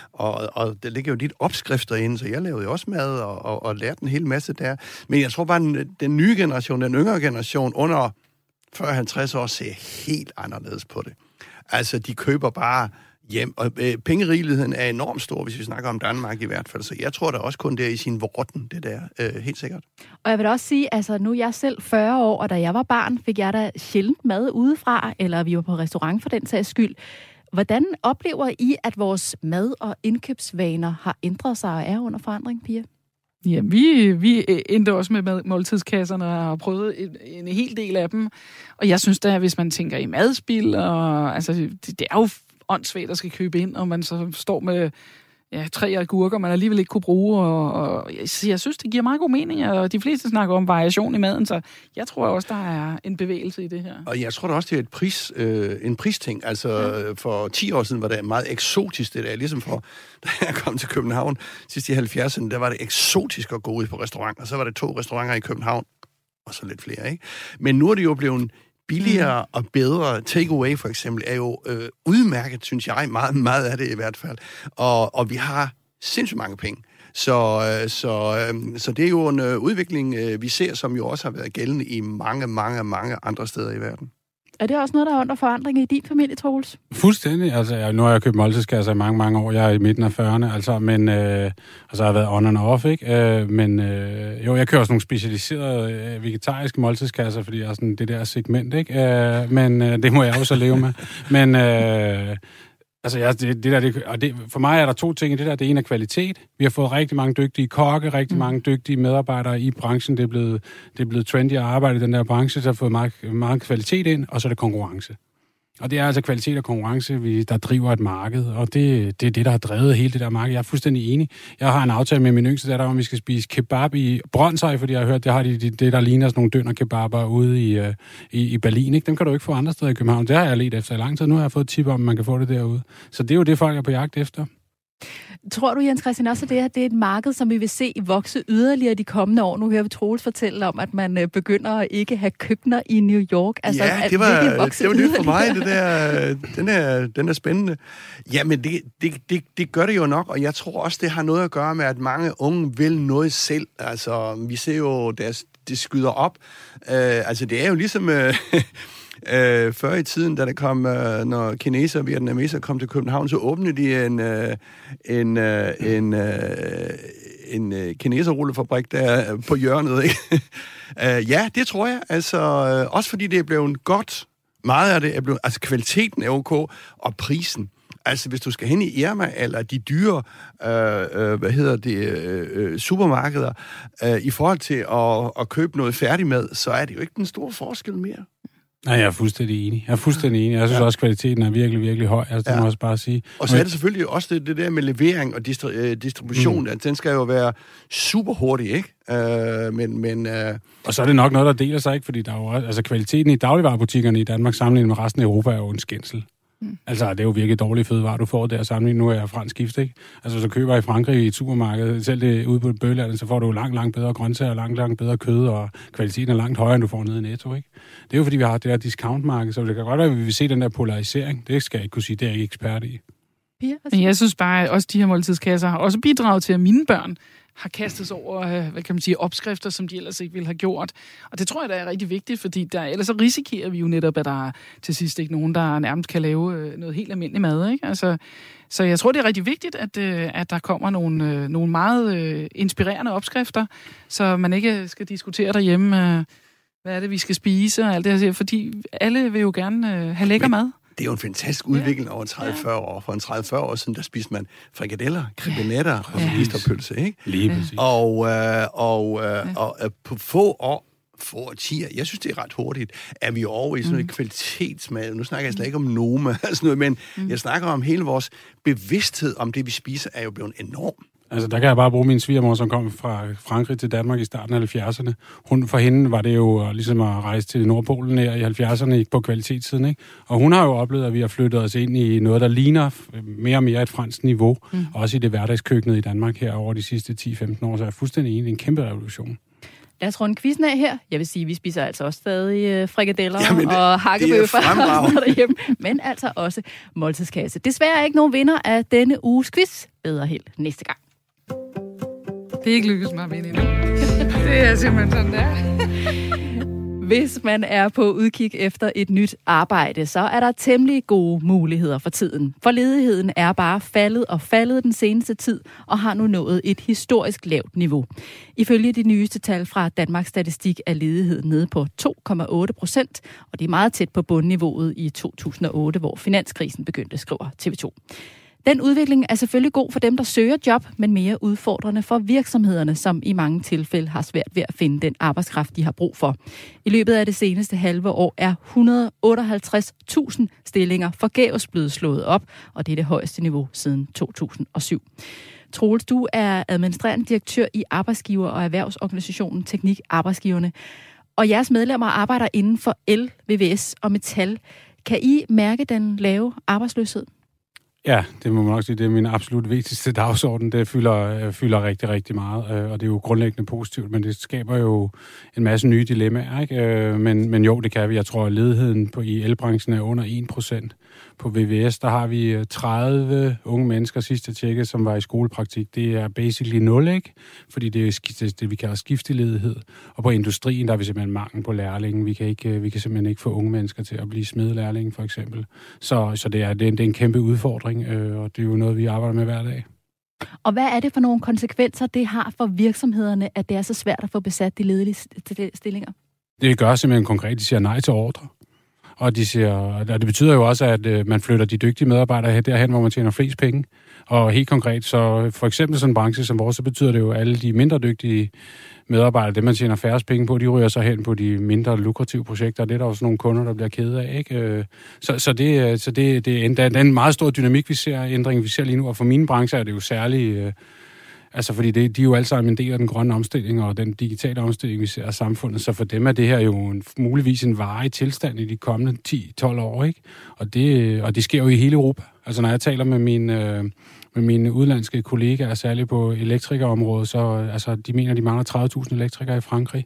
og der ligger jo lidt opskrifter inde, så jeg lavede jo også mad og lærte en hel masse der. Men jeg tror bare, den nye generation, den yngre generation, under 40-50 år, ser helt anderledes på det. Altså, de køber bare hjem, og pengerigeligheden er enormt stor, hvis vi snakker om Danmark i hvert fald, så jeg tror da også kun det er i sin vorten, det der, helt sikkert. Og jeg vil også sige, altså nu er jeg selv 40 år, og da jeg var barn, fik jeg da sjældent mad udefra, eller vi var på restaurant for den sags skyld. Hvordan oplever I, at vores mad- og indkøbsvaner har ændret sig og er under forandring, Pia? Ja, vi endte også med måltidskasserne og har prøvet en hel del af dem. Og jeg synes da, hvis man tænker i madspil, og altså det er jo åndssvagt, der skal købe ind, og man så står med 3 agurker, man alligevel ikke kunne bruge, og jeg synes, det giver meget god mening, og de fleste snakker om variation i maden, så jeg tror også, der er en bevægelse i det her. Og jeg tror da også, det er en pristing. Altså, for 10 år siden var det meget eksotisk, det der. Ligesom da jeg kom til København sidst i 70'erne, der var det eksotisk at gå ud på restaurant, og så var det 2 restauranter i København, og så lidt flere, ikke? Men nu er det jo blevet billigere og bedre. Takeaway for eksempel er jo udmærket, synes jeg, meget, meget af det i hvert fald. Og vi har sindssygt mange penge. Så det er jo en udvikling, vi ser, som jo også har været gældende i mange andre steder i verden. Er det også noget, der er under forandring i din familie, Troels? Fuldstændig. Altså, nu har jeg købt måltidskasser i mange år. Jeg er i midten af 40'erne, altså, men altså, har været on and off, ikke? Jo, jeg kører også nogle specialiserede vegetariske måltidskasser, fordi jeg er sådan det der segment, ikke? Men det må jeg også leve med. Men altså, for mig er der to ting i det der. Det ene er kvalitet. Vi har fået rigtig mange dygtige kokke, rigtig mange dygtige medarbejdere i branchen. Det er blevet trendy at arbejde i den der branche, så har fået meget kvalitet ind, og så er det konkurrence. Og det er altså kvalitet og konkurrence, der driver et marked, og det er det, der har drevet hele det der marked. Jeg er fuldstændig enig. Jeg har en aftale med min yngste datter om, vi skal spise kebab i Brønshøj, fordi jeg har hørt, det har det der ligner sådan nogle dønner-kebaber ude i Berlin. Ikke? Dem kan du ikke få andre steder i København. Det har jeg let efter i lang tid. Nu har jeg fået tip om, man kan få det derude. Så det er jo det, folk er på jagt efter. Tror du, Jens Christian, også, at det er et marked, som vi vil se vokse yderligere de kommende år? Nu hører vi Troels fortælle om, at man begynder at ikke have køkkener i New York. Altså, ja, det var nyt for mig, det der. Den er spændende. Jamen, det gør det jo nok, og jeg tror også, det har noget at gøre med, at mange unge vil noget selv. Altså, vi ser jo, det skyder op. Altså, det er jo ligesom... før i tiden, da der kom, når kineser og vietnameser kom til København, så åbnede de en kineserrullefabrik der på hjørnet, ikke? Ja, det tror jeg. Altså, også fordi det er blevet godt. Meget af det er blevet... Altså, kvaliteten er ok, og prisen. Altså, hvis du skal hen i Irma, eller de dyre, supermarkeder, i forhold til at købe noget færdig med, så er det jo ikke den store forskel mere. Nej, jeg er fuldstændig enig. Jeg synes også, at kvaliteten er virkelig, virkelig høj. Altså, det må jeg også bare sige. Og så er det selvfølgelig også det der med levering og distribution. Den skal jo være super hurtig, ikke? Og så er det nok noget, der deler sig, ikke? Fordi der er jo også, altså, kvaliteten i dagligvarebutikkerne i Danmark sammenlignet med resten af Europa er jo en skændsel. Altså, det er jo virkelig dårlige fødevarer, du får der sammenlignet. Nu er jeg fransk gift, ikke? Altså, hvis du køber i Frankrig i et supermarked, selv det ude på Bøgelandet, så får du langt bedre grøntsager, langt bedre kød, og kvaliteten er langt højere, end du får nede i Netto, ikke? Det er jo, fordi vi har det der discountmarked, så det kan godt være, at vi vil se den der polarisering. Det skal jeg ikke kunne sige, det er jeg ikke ekspert i. Men jeg synes bare, at også de her måltidskasser har også bidraget til, at mine børn har kastet sig over, hvad kan man sige, opskrifter, som de ellers ikke ville have gjort. Og det tror jeg, der er rigtig vigtigt, fordi ellers så risikerer vi jo netop, at der til sidst ikke nogen, der nærmest kan lave noget helt almindeligt mad, ikke? Altså, så jeg tror, det er rigtig vigtigt, at der kommer nogle meget inspirerende opskrifter, så man ikke skal diskutere derhjemme, hvad er det, vi skal spise og alt det her, fordi alle vil jo gerne have lækker mad. Det er jo en fantastisk udvikling over 30-40 år. For en 30-40 år siden, der spiste man frikadeller, krebinetter og medisterpølse, ikke? Lige præcis. Og på få årtier, jeg synes, det er ret hurtigt, at vi er over i sådan noget kvalitetsmad. Nu snakker jeg slet ikke om Noma og sådan noget, men jeg snakker om hele vores bevidsthed om det, vi spiser, er jo blevet enorm. Altså, der kan jeg bare bruge min svigermor, som kom fra Frankrig til Danmark i starten af 70'erne. For hende var det jo ligesom at rejse til Nordpolen her i 70'erne, ikke på kvalitetssiden, ikke? Og hun har jo oplevet, at vi har flyttet os ind i noget, der ligner mere og mere et fransk niveau, også i det hverdagskøkkenet i Danmark her over de sidste 10-15 år, så er jeg fuldstændig enig i en kæmpe revolution. Lad os runde quizzen af her. Jeg vil sige, at vi spiser altså også stadig frikadeller og hakkebøffer derhjemme, men altså også måltidskasse. Desværre ikke nogen vinder af denne uges quiz. Bedre held næste gang. Det er ikke lykkedes mig at vinde endnu. Det er simpelthen sådan, der. Hvis man er på udkig efter et nyt arbejde, så er der temmelig gode muligheder for tiden. For ledigheden er bare faldet den seneste tid og har nu nået et historisk lavt niveau. Ifølge de nyeste tal fra Danmarks Statistik er ledigheden nede på 2,8%, og det er meget tæt på bundniveauet i 2008, hvor finanskrisen begyndte, skriver TV2. Den udvikling er selvfølgelig god for dem, der søger job, men mere udfordrende for virksomhederne, som i mange tilfælde har svært ved at finde den arbejdskraft, de har brug for. I løbet af det seneste halve år er 158.000 stillinger forgæves blevet slået op, og det er det højeste niveau siden 2007. Troels, du er administrerende direktør i Arbejdsgiver- og Erhvervsorganisationen Teknik Arbejdsgiverne, og jeres medlemmer arbejder inden for el, VVS og metal. Kan I mærke den lave arbejdsløshed? Ja, det må man nok sige, det er min absolut vigtigste dagsorden. Det fylder rigtig, rigtig meget, og det er jo grundlæggende positivt, men det skaber jo en masse nye dilemmaer, ikke? Men jo, det kan vi. Jeg tror, at ledigheden i elbranchen er under 1% på VVS, der har vi 30 unge mennesker sidst jeg tjekkede, som var i skolepraktik. Det er basically 0, ikke? Fordi det er det, vi kalder skifteledighed. Og på industrien, der er vi simpelthen mangel på lærlinge. Vi kan simpelthen ikke få unge mennesker til at blive smedelærlinge, for eksempel. Så det er en kæmpe udfordring, og det er jo noget, vi arbejder med hver dag. Og hvad er det for nogle konsekvenser, det har for virksomhederne, at det er så svært at få besat de ledige stillinger? Det gør simpelthen konkret, de siger nej til ordre. Og det betyder jo også, at man flytter de dygtige medarbejdere derhen, hvor man tjener flest penge. Og helt konkret, så for eksempel sådan en branche som vores, så betyder det jo, at alle de mindre dygtige medarbejdere, det man tjener færrest penge på, de ryger så hen på de mindre lukrative projekter. Det er der også nogle kunder, der bliver kede af, ikke? Så det er en meget stor dynamik, ændring vi ser lige nu. Og for mine brancher er det jo særligt... fordi de er jo alle sammen en del af den grønne omstilling og den digitale omstilling, vi ser af samfundet. Så for dem er det her jo muligvis en varig tilstand i de kommende 10-12 år, ikke? Og det sker jo i hele Europa. Altså når jeg taler med mine udenlandske kollegaer, særligt på elektrikerområdet, så de mener, de mangler 30.000 elektrikere i Frankrig.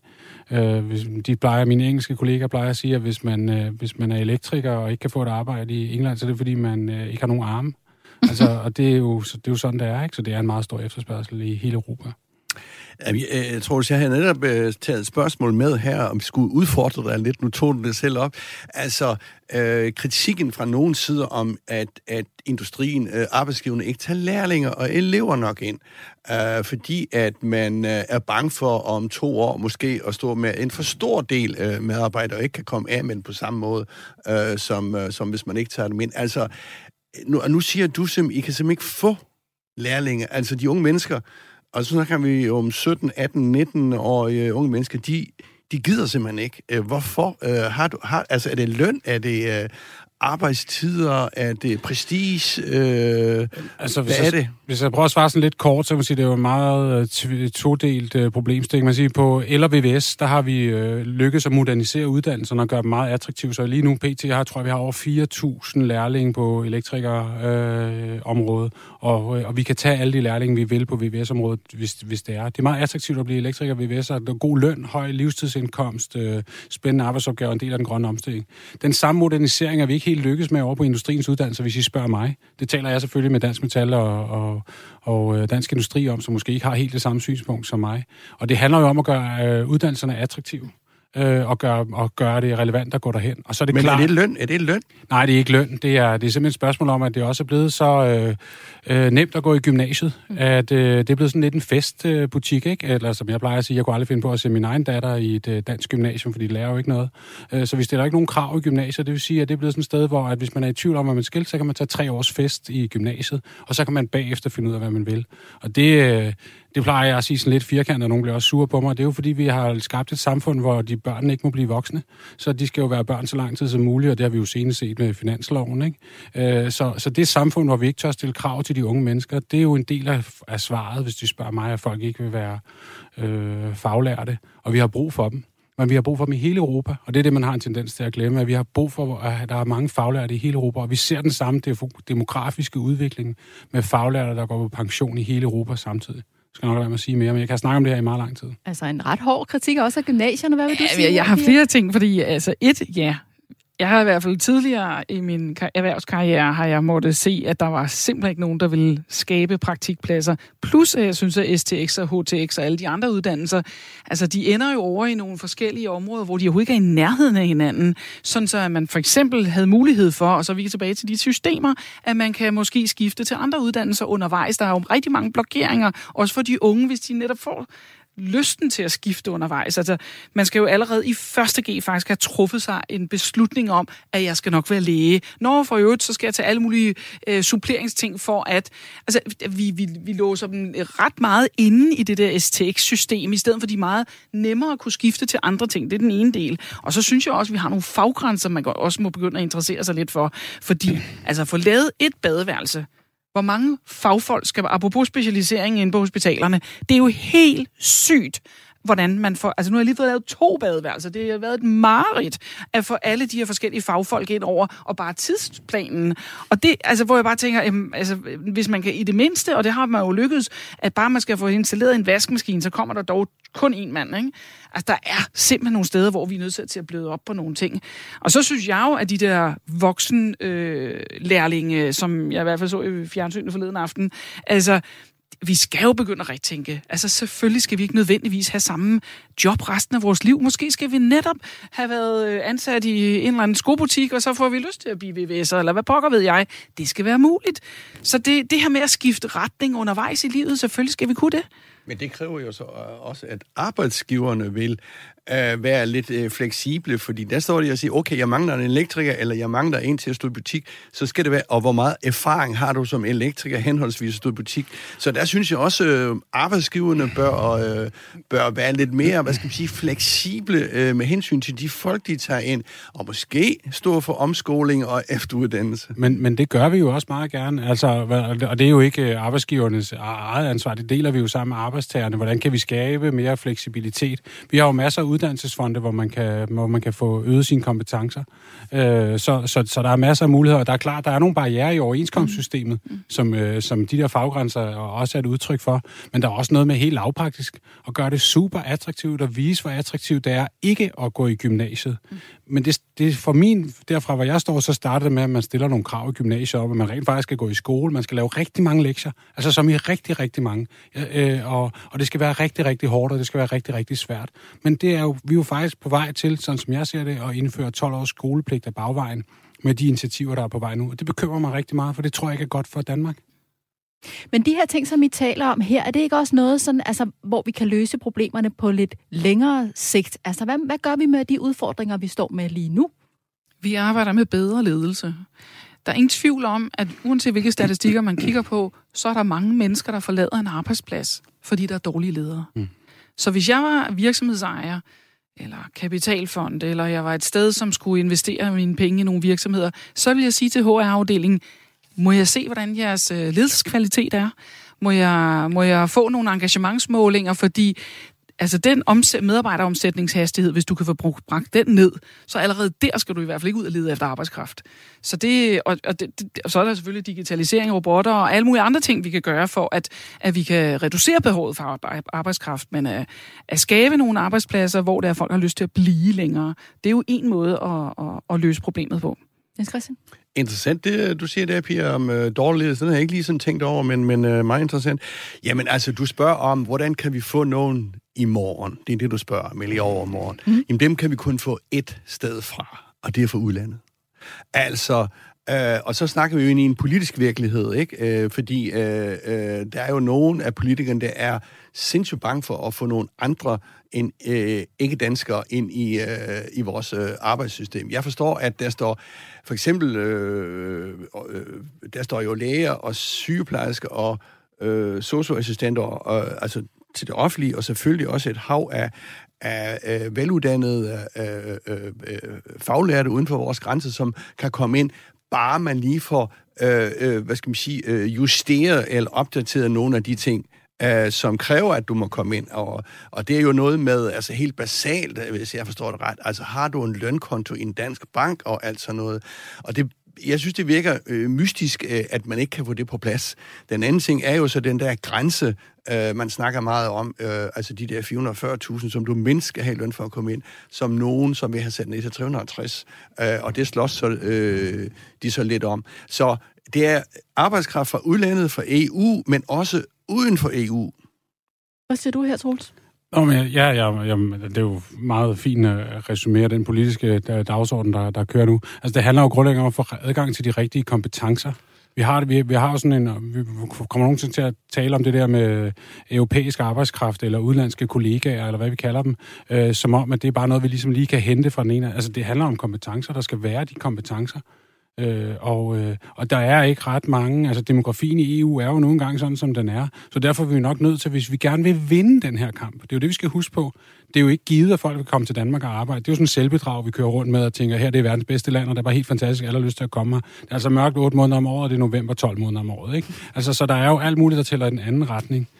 Mine engelske kollegaer plejer at sige, at hvis man er elektriker og ikke kan få et arbejde i England, så er det fordi, man ikke har nogen arme. Og det er jo sådan, det er, ikke? Så det er en meget stor efterspørgsel i hele Europa. Jeg tror, at jeg har netop taget et spørgsmål med her, om vi skulle udfordre dig lidt. Nu tog du det selv op. Kritikken fra nogen sider om, at industrien, arbejdsgiverne ikke tager lærlinger og elever nok ind, fordi at man er bange for om 2 år måske at stå med en for stor del medarbejdere og ikke kan komme af med den på samme måde, som hvis man ikke tager dem ind. Nu siger du simpelthen, I kan simpelthen ikke få lærlinge, altså de unge mennesker, og så snakker vi jo om 17, 18, 19-årige unge mennesker, de gider simpelthen ikke. Hvorfor? Er det løn? Er det arbejdstider? Er det prestige? Hvad er det? Hvis jeg prøver at svare sådan lidt kort, så kan man sige, at det er jo en meget todelt problemstilling. Man siger, på eller VVS, der har vi lykkes at modernisere uddannelserne og gøre dem meget attraktive. Så lige nu, tror jeg, vi har over 4.000 lærlinge på elektrikerområdet, og vi kan tage alle de lærlinge, vi vil på VVS-området, hvis det er. Det er meget attraktivt at blive elektriker VVS, og der er god løn, høj livstidsindkomst, spændende arbejdsopgaver, en del af den grønne omstilling. Den samme modernisering er vi ikke helt lykkes med over på industriens uddannelser, hvis I spørger mig. Det taler jeg selvfølgelig med Dansk Metal og Dansk Industri om, som måske ikke har helt det samme synspunkt som mig. Og det handler jo om at gøre uddannelserne attraktive. Og gøre det relevant at gå derhen. Og så er det Men klart, er det løn? Nej, det er ikke løn. Det er simpelthen et spørgsmål om, at det også er blevet så nemt at gå i gymnasiet, at det er blevet sådan lidt en festbutik, ikke? Eller som jeg plejer at sige, jeg kunne aldrig finde på at se min egen datter i et dansk gymnasium, fordi de lærer jo ikke noget. Så vi stiller ikke nogen krav i gymnasiet. Det vil sige, at det er blevet sådan et sted, hvor at hvis man er i tvivl om, hvad man skal, så kan man tage 3 års fest i gymnasiet, og så kan man bagefter finde ud af, hvad man vil. Og det plejer jeg at sige sådan lidt firkantet, og nogen bliver også sure på mig. Det er jo fordi, vi har skabt et samfund, hvor de børn ikke må blive voksne. Så de skal jo være børn så lang tid som muligt, og det har vi jo senest set med finansloven, ikke? Så det samfund, hvor vi ikke tør stille krav til de unge mennesker, det er jo en del af svaret, hvis de spørger mig, at folk ikke vil være faglærte. Og vi har brug for dem. Men vi har brug for dem i hele Europa, og det er det, man har en tendens til at glemme, at vi har brug for, at der er mange faglærte i hele Europa, og vi ser den samme demografiske udvikling med faglærte, der går på pension i hele Europa samtidig. Jeg skal nok være med at sige mere, men jeg kan snakke om det her i meget lang tid. Altså en ret hård kritik også af gymnasierne, hvad vil du sige? Jeg har flere ting, fordi jeg har i hvert fald tidligere i min erhvervskarriere har jeg måttet se, at der var simpelthen ikke nogen, der ville skabe praktikpladser. Plus, jeg synes, at STX og HTX og alle de andre uddannelser, altså de ender jo over i nogle forskellige områder, hvor de overhovedet ikke er i nærheden af hinanden. Sådan så, at man for eksempel havde mulighed for, og så er vi tilbage til de systemer, at man kan måske skifte til andre uddannelser undervejs. Der er jo rigtig mange blokeringer, også for de unge, hvis de netop får lysten til at skifte undervejs. Altså, man skal jo allerede i 1. G faktisk have truffet sig en beslutning om, at jeg skal nok være læge. Når for øvrigt, så skal jeg tage alle mulige suppleringsting for at... Altså, vi låser dem ret meget inde i det der STX-system, i stedet for de meget nemmere at kunne skifte til andre ting. Det er den ene del. Og så synes jeg også, at vi har nogle faggrænser, man også må begynde at interessere sig lidt for. Fordi, altså, få lavet et badeværelse, hvor mange fagfolk skal, apropos specialisering inde på hospitalerne, det er jo helt sygt, hvordan man får... Altså nu har jeg lige fået lavet 2 badeværelser. Det har været et mareridt at få alle de her forskellige fagfolk ind over, og bare tidsplanen. Og det, altså hvor jeg bare tænker, altså hvis man kan i det mindste, og det har man jo lykkedes, at bare man skal få installeret en vaskemaskine, så kommer der dog kun én mand, ikke? Altså der er simpelthen nogle steder, hvor vi er nødt til at bløde op på nogle ting. Og så synes jeg jo, at de der voksenlærlinge, som jeg i hvert fald så i fjernsynet forleden aften, altså vi skal jo begynde at retænke. Altså selvfølgelig skal vi ikke nødvendigvis have samme job resten af vores liv. Måske skal vi netop have været ansat i en eller anden skobutik, og så får vi lyst til at blive VVS'er, eller hvad pokker ved jeg. Det skal være muligt. Så det her med at skifte retning undervejs i livet, selvfølgelig skal vi kunne det. Men det kræver jo så også, at arbejdsgiverne vil være lidt fleksible, fordi der står de og siger, okay, jeg mangler en elektriker, eller jeg mangler en til at stå i butik, så skal det være, og hvor meget erfaring har du som elektriker henholdsvis at stå i butik. Så der synes jeg også, arbejdsgiverne bør være lidt mere, hvad skal man sige, fleksible med hensyn til de folk, de tager ind, og måske stå for omskoling og efteruddannelse. Men det gør vi jo også meget gerne, altså, og det er jo ikke arbejdsgivernes eget ansvar, det deler vi jo sammen med arbejdstagerne. Hvordan kan vi skabe mere fleksibilitet? Vi har jo masser af uddannelsesfonde, hvor man kan få øget sine kompetencer. Så der er masser af muligheder, og der er klart, der er nogle barrierer i overenskomstsystemet, som de der faggrænser også er et udtryk for, men der er også noget med helt lavpraktisk at gøre det super attraktivt og vise, hvor attraktivt det er ikke at gå i gymnasiet. Men det for min, derfra hvor jeg står, så starter det med, at man stiller nogle krav i gymnasiet om, at man rent faktisk skal gå i skole, man skal lave rigtig mange lektier, altså som i rigtig, rigtig mange. Og det skal være rigtig, rigtig hårdt, og det skal være rigtig, rigtig svært. Men vi er jo faktisk på vej til, sådan som jeg ser det, at indføre 12 års skolepligt af bagvejen med de initiativer, der er på vej nu. Og det bekymrer mig rigtig meget, for det tror jeg ikke er godt for Danmark. Men de her ting, som I taler om her, er det ikke også noget, sådan, altså, hvor vi kan løse problemerne på lidt længere sigt? Altså, hvad gør vi med de udfordringer, vi står med lige nu? Vi arbejder med bedre ledelse. Der er ingen tvivl om, at uanset hvilke statistikker man kigger på, så er der mange mennesker, der forlader en arbejdsplads, fordi der er dårlige ledere. Så hvis jeg var virksomhedsejer, eller kapitalfond, eller jeg var et sted, som skulle investere mine penge i nogle virksomheder, så vil jeg sige til HR-afdelingen, må jeg se, hvordan jeres ledelseskvalitet er? Må jeg få nogle engagementsmålinger? Fordi altså den medarbejderomsætningshastighed, hvis du kan få bragt den ned, så allerede der skal du i hvert fald ikke ud og lede efter arbejdskraft. Så og så er der selvfølgelig digitalisering, robotter og alle mulige andre ting, vi kan gøre for, at vi kan reducere behovet for arbejdskraft, men at skabe nogle arbejdspladser, hvor der er folk har lyst til at blive længere. Det er jo en måde at løse problemet på. Jens Christian? Interessant, det du siger der, Pia, om dårlig ledelse. Den har jeg ikke lige sådan tænkt over, men meget interessant. Jamen altså, du spørger om, hvordan kan vi få nogen i morgen? Det er det, du spørger om, eller i overmorgen. Jamen dem kan vi kun få et sted fra, og det er fra udlandet. Altså, og så snakker vi jo ind i en politisk virkelighed, ikke? Fordi der er jo nogen af politikerne, der er sindssygt bange for at få nogle andre end ikke-danskere ind i vores arbejdssystem. Jeg forstår, at der står for eksempel, der står jo læger og sygeplejersker og sosu-assistenter, altså til det offentlige, og selvfølgelig også et hav af veluddannede faglærte uden for vores grænser, som kan komme ind, bare man lige får, justeret eller opdateret nogle af de ting, som kræver, at du må komme ind. Og det er jo noget med, altså helt basalt, hvis jeg forstår det ret, altså har du en lønkonto i en dansk bank og alt sådan noget. Og jeg synes, det virker mystisk, at man ikke kan få det på plads. Den anden ting er jo så den der grænse, man snakker meget om, altså de der 440.000, som du mindst skal have løn for at komme ind, som nogen, som vil have sat ned til 350, og det slås de så lidt om. Så det er arbejdskraft fra udlandet, fra EU, men også uden for EU. Hvad siger du her, Troels? Det er jo meget fint at resumere den politiske dagsorden, der kører nu. Altså, det handler jo grundlæggende om at få adgang til de rigtige kompetencer. Vi har jo sådan vi kommer nogensinde til at tale om det der med europæisk arbejdskraft, eller udlandske kollegaer, eller hvad vi kalder dem, som om, at det er bare noget, vi ligesom lige kan hente fra den ene. Altså, det handler om kompetencer, der skal være de kompetencer. Og der er ikke ret mange, altså demografien i EU er jo nogle gange sådan, som den er, så derfor er vi nok nødt til, hvis vi gerne vil vinde den her kamp, det er jo det, vi skal huske på, det er jo ikke givet, at folk vil komme til Danmark og arbejde, det er jo sådan en selvbedrag, vi kører rundt med og tænker, her det er verdens bedste land, og det er bare helt fantastisk, alle har lyst til at komme her. Det er altså mørkt 8 måneder om året, og det er november 12 måneder om året, ikke? Altså, så der er jo alt muligt, der tæller i den anden retning.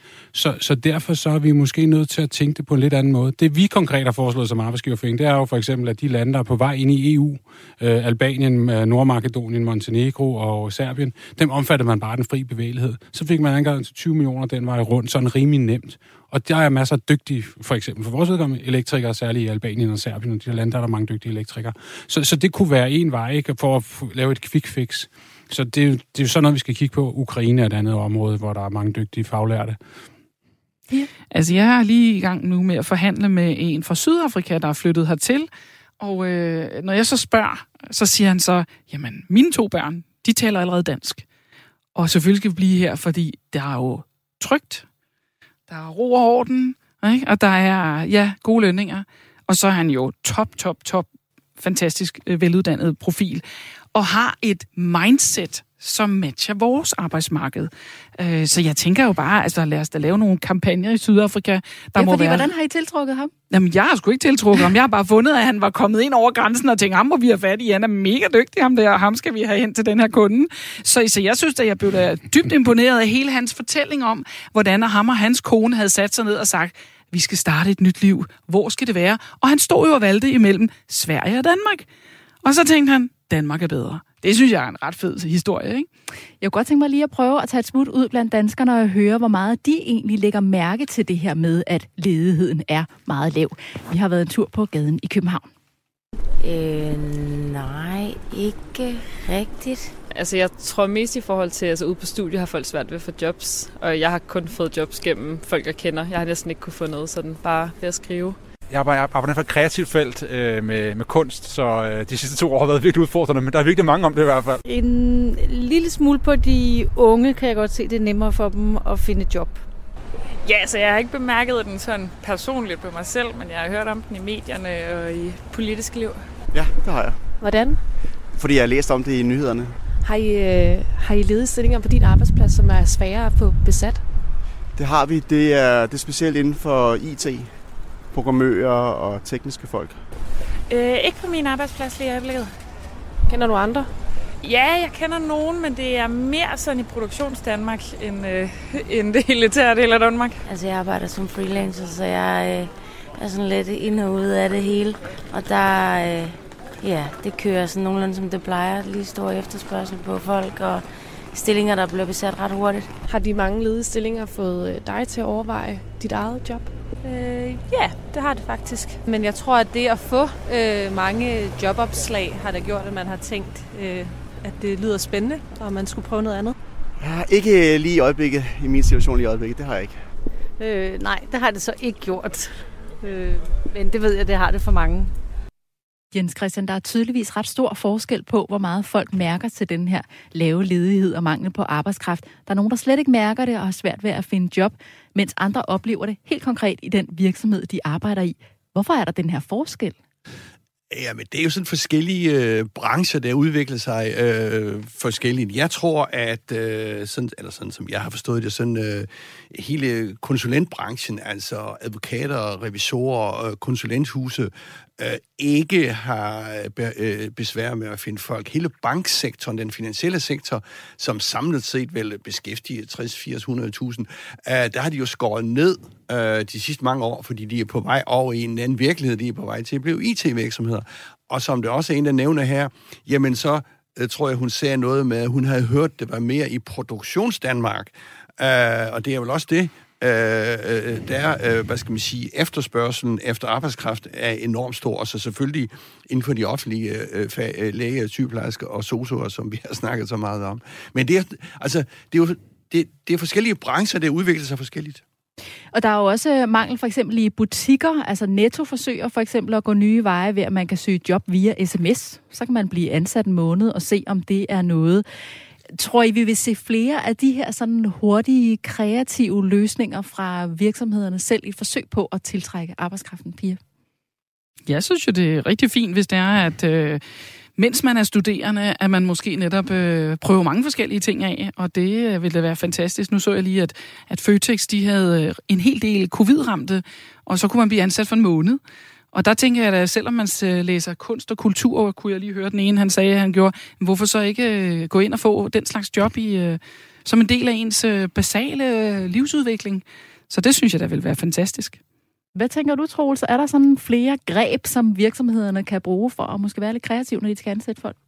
Så derfor så er vi måske nødt til at tænke det på en lidt anden måde. Det vi konkret har foreslået som arbejdsgiverforening, det er jo for eksempel, at de lande, der er på vej ind i EU, Albanien, Nordmakedonien, Montenegro og Serbien, dem omfattede man bare den fri bevægelighed. Så fik man adgang til 20 millioner den vej rundt, sådan rimelig nemt. Og der er masser af dygtige, for eksempel for vores vedkommende, elektrikere, særligt i Albanien og Serbien, og de lande, der er der mange dygtige elektrikere. Så det kunne være en vej, ikke, for at lave et quick fix. Så det er jo sådan noget, vi skal kigge på. Ukraine er et andet område, hvor der er mange dygtige faglærte. Ja. Altså, jeg er lige i gang nu med at forhandle med en fra Sydafrika, der er flyttet hertil. Og når jeg så spørger, så siger han så, jamen, mine 2 børn, de taler allerede dansk. Og selvfølgelig skal vi blive her, fordi der er jo trygt. Der er ro og orden, ikke? Og der er, gode lønninger. Og så er han jo top, fantastisk veluddannet profil. Og har et mindset, som matcher vores arbejdsmarked. Så jeg tænker jo bare, altså lad os da lave nogle kampagner i Sydafrika. Hvordan har I tiltrukket ham? Jamen, jeg har sgu ikke tiltrukket ham. Jeg har bare fundet, at han var kommet ind over grænsen og tænkt, ham må vi have fat i. Han er mega dygtig, ham der, og ham skal vi have hen til den her kunde. Så jeg synes, at jeg blev da dybt imponeret af hele hans fortælling om, hvordan ham og hans kone havde sat sig ned og sagt, vi skal starte et nyt liv. Hvor skal det være? Og han stod jo og valgte imellem Sverige og Danmark. Og så tænkte han, Danmark er bedre. Det synes jeg er en ret fed historie, ikke? Jeg kunne godt tænke mig lige at prøve at tage et smut ud blandt danskerne og høre, hvor meget de egentlig lægger mærke til det her med, at ledigheden er meget lav. Vi har været en tur på gaden i København. Nej, ikke rigtigt. Altså jeg tror mest i forhold til, altså ude på studiet har folk svært ved at få jobs, og jeg har kun fået jobs gennem folk, jeg kender. Jeg har næsten ikke kunne få noget sådan bare ved at skrive. Jeg arbejder på et kreativt felt med kunst, så de sidste 2 år har været virkelig udfordrende, men der er virkelig mange om det i hvert fald. En lille smule på de unge kan jeg godt se, det er nemmere for dem at finde job. Ja, så jeg har ikke bemærket den sådan personligt på mig selv, men jeg har hørt om den i medierne og i politisk liv. Ja, det har jeg. Hvordan? Fordi jeg har læst om det i nyhederne. Har I ledige stillinger på din arbejdsplads, som er svære at få besat? Det har vi. Det er specielt inden for IT. Programmører og tekniske folk. Ikke på min arbejdsplads lige i øjeblikket. Kender du andre? Ja, jeg kender nogen, men det er mere sådan i Produktionsdanmark, end det elitære del af Danmark. Altså jeg arbejder som freelancer, så jeg er sådan lidt ind og ud af det hele. Og der, det kører sådan nogenlunde som det plejer. Lige stor efterspørgsel på folk og stillinger, der bliver besat ret hurtigt. Har de mange ledige stillinger fået dig til at overveje dit eget job? Ja, det har det faktisk. Men jeg tror, at det at få mange jobopslag har da gjort, at man har tænkt, at det lyder spændende, og man skulle prøve noget andet. Ja, ikke lige i øjeblikket, i min situation lige i øjeblikket, det har jeg ikke. Nej, det har det så ikke gjort. Men det ved jeg, det har det for mange. Jens Christian, der er tydeligvis ret stor forskel på, hvor meget folk mærker til den her lave ledighed og mangel på arbejdskraft. Der er nogen, der slet ikke mærker det og har svært ved at finde job, mens andre oplever det helt konkret i den virksomhed, de arbejder i. Hvorfor er der den her forskel? Ja, men det er jo sådan forskellige brancher, der udvikler sig forskelligt. Jeg tror, at sådan som jeg har forstået det, sådan hele konsulentbranchen, altså advokater, revisorer, konsulenthuse, ikke har besvær med at finde folk. Hele banksektoren, den finansielle sektor, som samlet set vel beskæftiger 60-80-100.000, der har de jo skåret ned de sidste mange år, fordi de er på vej over i en anden virkelighed, de er på vej til at blive IT-virksomheder. Og som det også er en, der nævner her, jamen så tror jeg, hun sagde noget med, at hun havde hørt, det var mere i Produktionsdanmark. Og det er vel også det, efterspørgselen efter arbejdskraft er enormt stor, og så selvfølgelig inden for de offentlige læger, sygeplejersker og sosuer, som vi har snakket så meget om. Men det er forskellige brancher, der udvikler sig forskelligt. Og der er jo også mangel for eksempel i butikker, altså Netto forsøger for eksempel at gå nye veje ved, at man kan søge job via sms. Så kan man blive ansat en måned og se, om det er noget. Tror I, vi vil se flere af de her sådan hurtige, kreative løsninger fra virksomhederne selv i et forsøg på at tiltrække arbejdskraften, Pia? Jeg synes jo, det er rigtig fint, hvis det er, at mens man er studerende, at man måske netop prøver mange forskellige ting af, og det vil da være fantastisk. Nu så jeg lige, at Føtex, de havde en hel del covid-ramte, og så kunne man blive ansat for en måned. Og der tænker jeg da, selvom man læser kunst og kultur, kunne jeg lige høre den ene, han sagde, han gjorde, hvorfor så ikke gå ind og få den slags job i som en del af ens basale livsudvikling. Så det synes jeg, der vil være fantastisk. Hvad tænker du, Troels? Er der sådan flere greb, som virksomhederne kan bruge for at måske være lidt kreative, når de skal ansætte folk?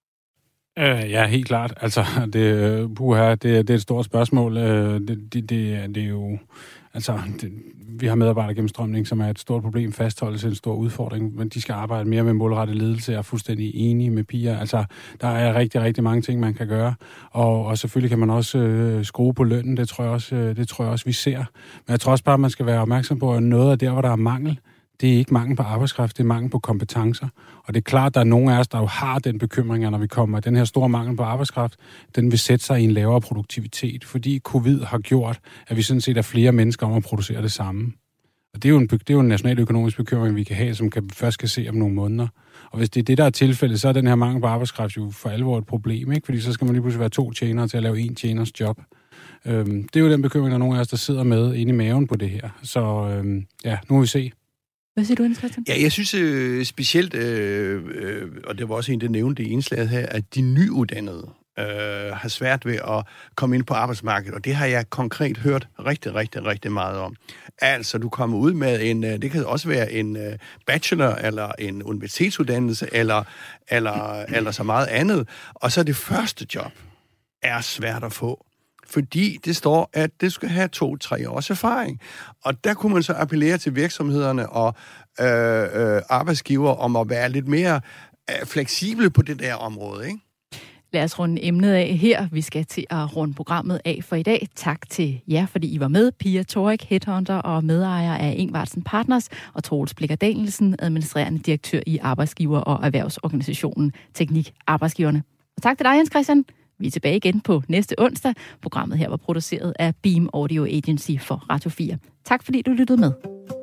Ja, helt klart. Altså, det er et stort spørgsmål. Det er jo... Altså, vi har medarbejdergennemstrømning, som er et stort problem, fastholdelse er en stor udfordring, men de skal arbejde mere med målrettet ledelse. Jeg er fuldstændig enig med Pia. Altså, der er rigtig, rigtig mange ting, man kan gøre, og selvfølgelig kan man også skrue på lønnen. Det tror jeg også, vi ser. Men jeg tror også bare, man skal være opmærksom på, at noget af der, hvor der er mangel, det er ikke mangel på arbejdskraft, det er mangel på kompetencer. Og det er klart, at der er nogle af os, der jo har den bekymring, når vi kommer. Den her store mangel på arbejdskraft, den vil sætte sig i en lavere produktivitet, fordi covid har gjort, at vi sådan set er flere mennesker om at producere det samme. Og det er jo en national økonomisk bekymring, vi kan have, som først kan se om nogle måneder. Og hvis det er det, der er tilfældet, så er den her mangel på arbejdskraft jo for alvor et problem, ikke? Fordi så skal man lige pludselig være 2 tjenere til at lave 1 tjeners job. Det er jo den bekymring, der er nogle af os, der sidder med inde i maven på det her. Så nu må vi se. Hvad siger du, Jens Christian? Ja, jeg synes specielt, og det var også en, der nævnte i indslaget her, at de nyuddannede har svært ved at komme ind på arbejdsmarkedet, og det har jeg konkret hørt rigtig, rigtig, rigtig meget om. Altså, du kommer ud med det kan også være en bachelor, eller en universitetsuddannelse, eller så meget andet, og så det første job er svært at få. Fordi det står, at det skal have 2-3 års erfaring. Og der kunne man så appellere til virksomhederne og arbejdsgiver om at være lidt mere fleksible på det der område, ikke? Lad os runde emnet af her. Vi skal til at runde programmet af for i dag. Tak til jer, fordi I var med. Pia Torik, headhunter og medejer af Ingvartsen Partners, og Troels Blicher Danielsen, administrerende direktør i Arbejdsgiver- og Erhvervsorganisationen Teknik Arbejdsgiverne. Og tak til dig, Jens Christian. Vi er tilbage igen på næste onsdag. Programmet her var produceret af Beam Audio Agency for Radio 4. Tak fordi du lyttede med.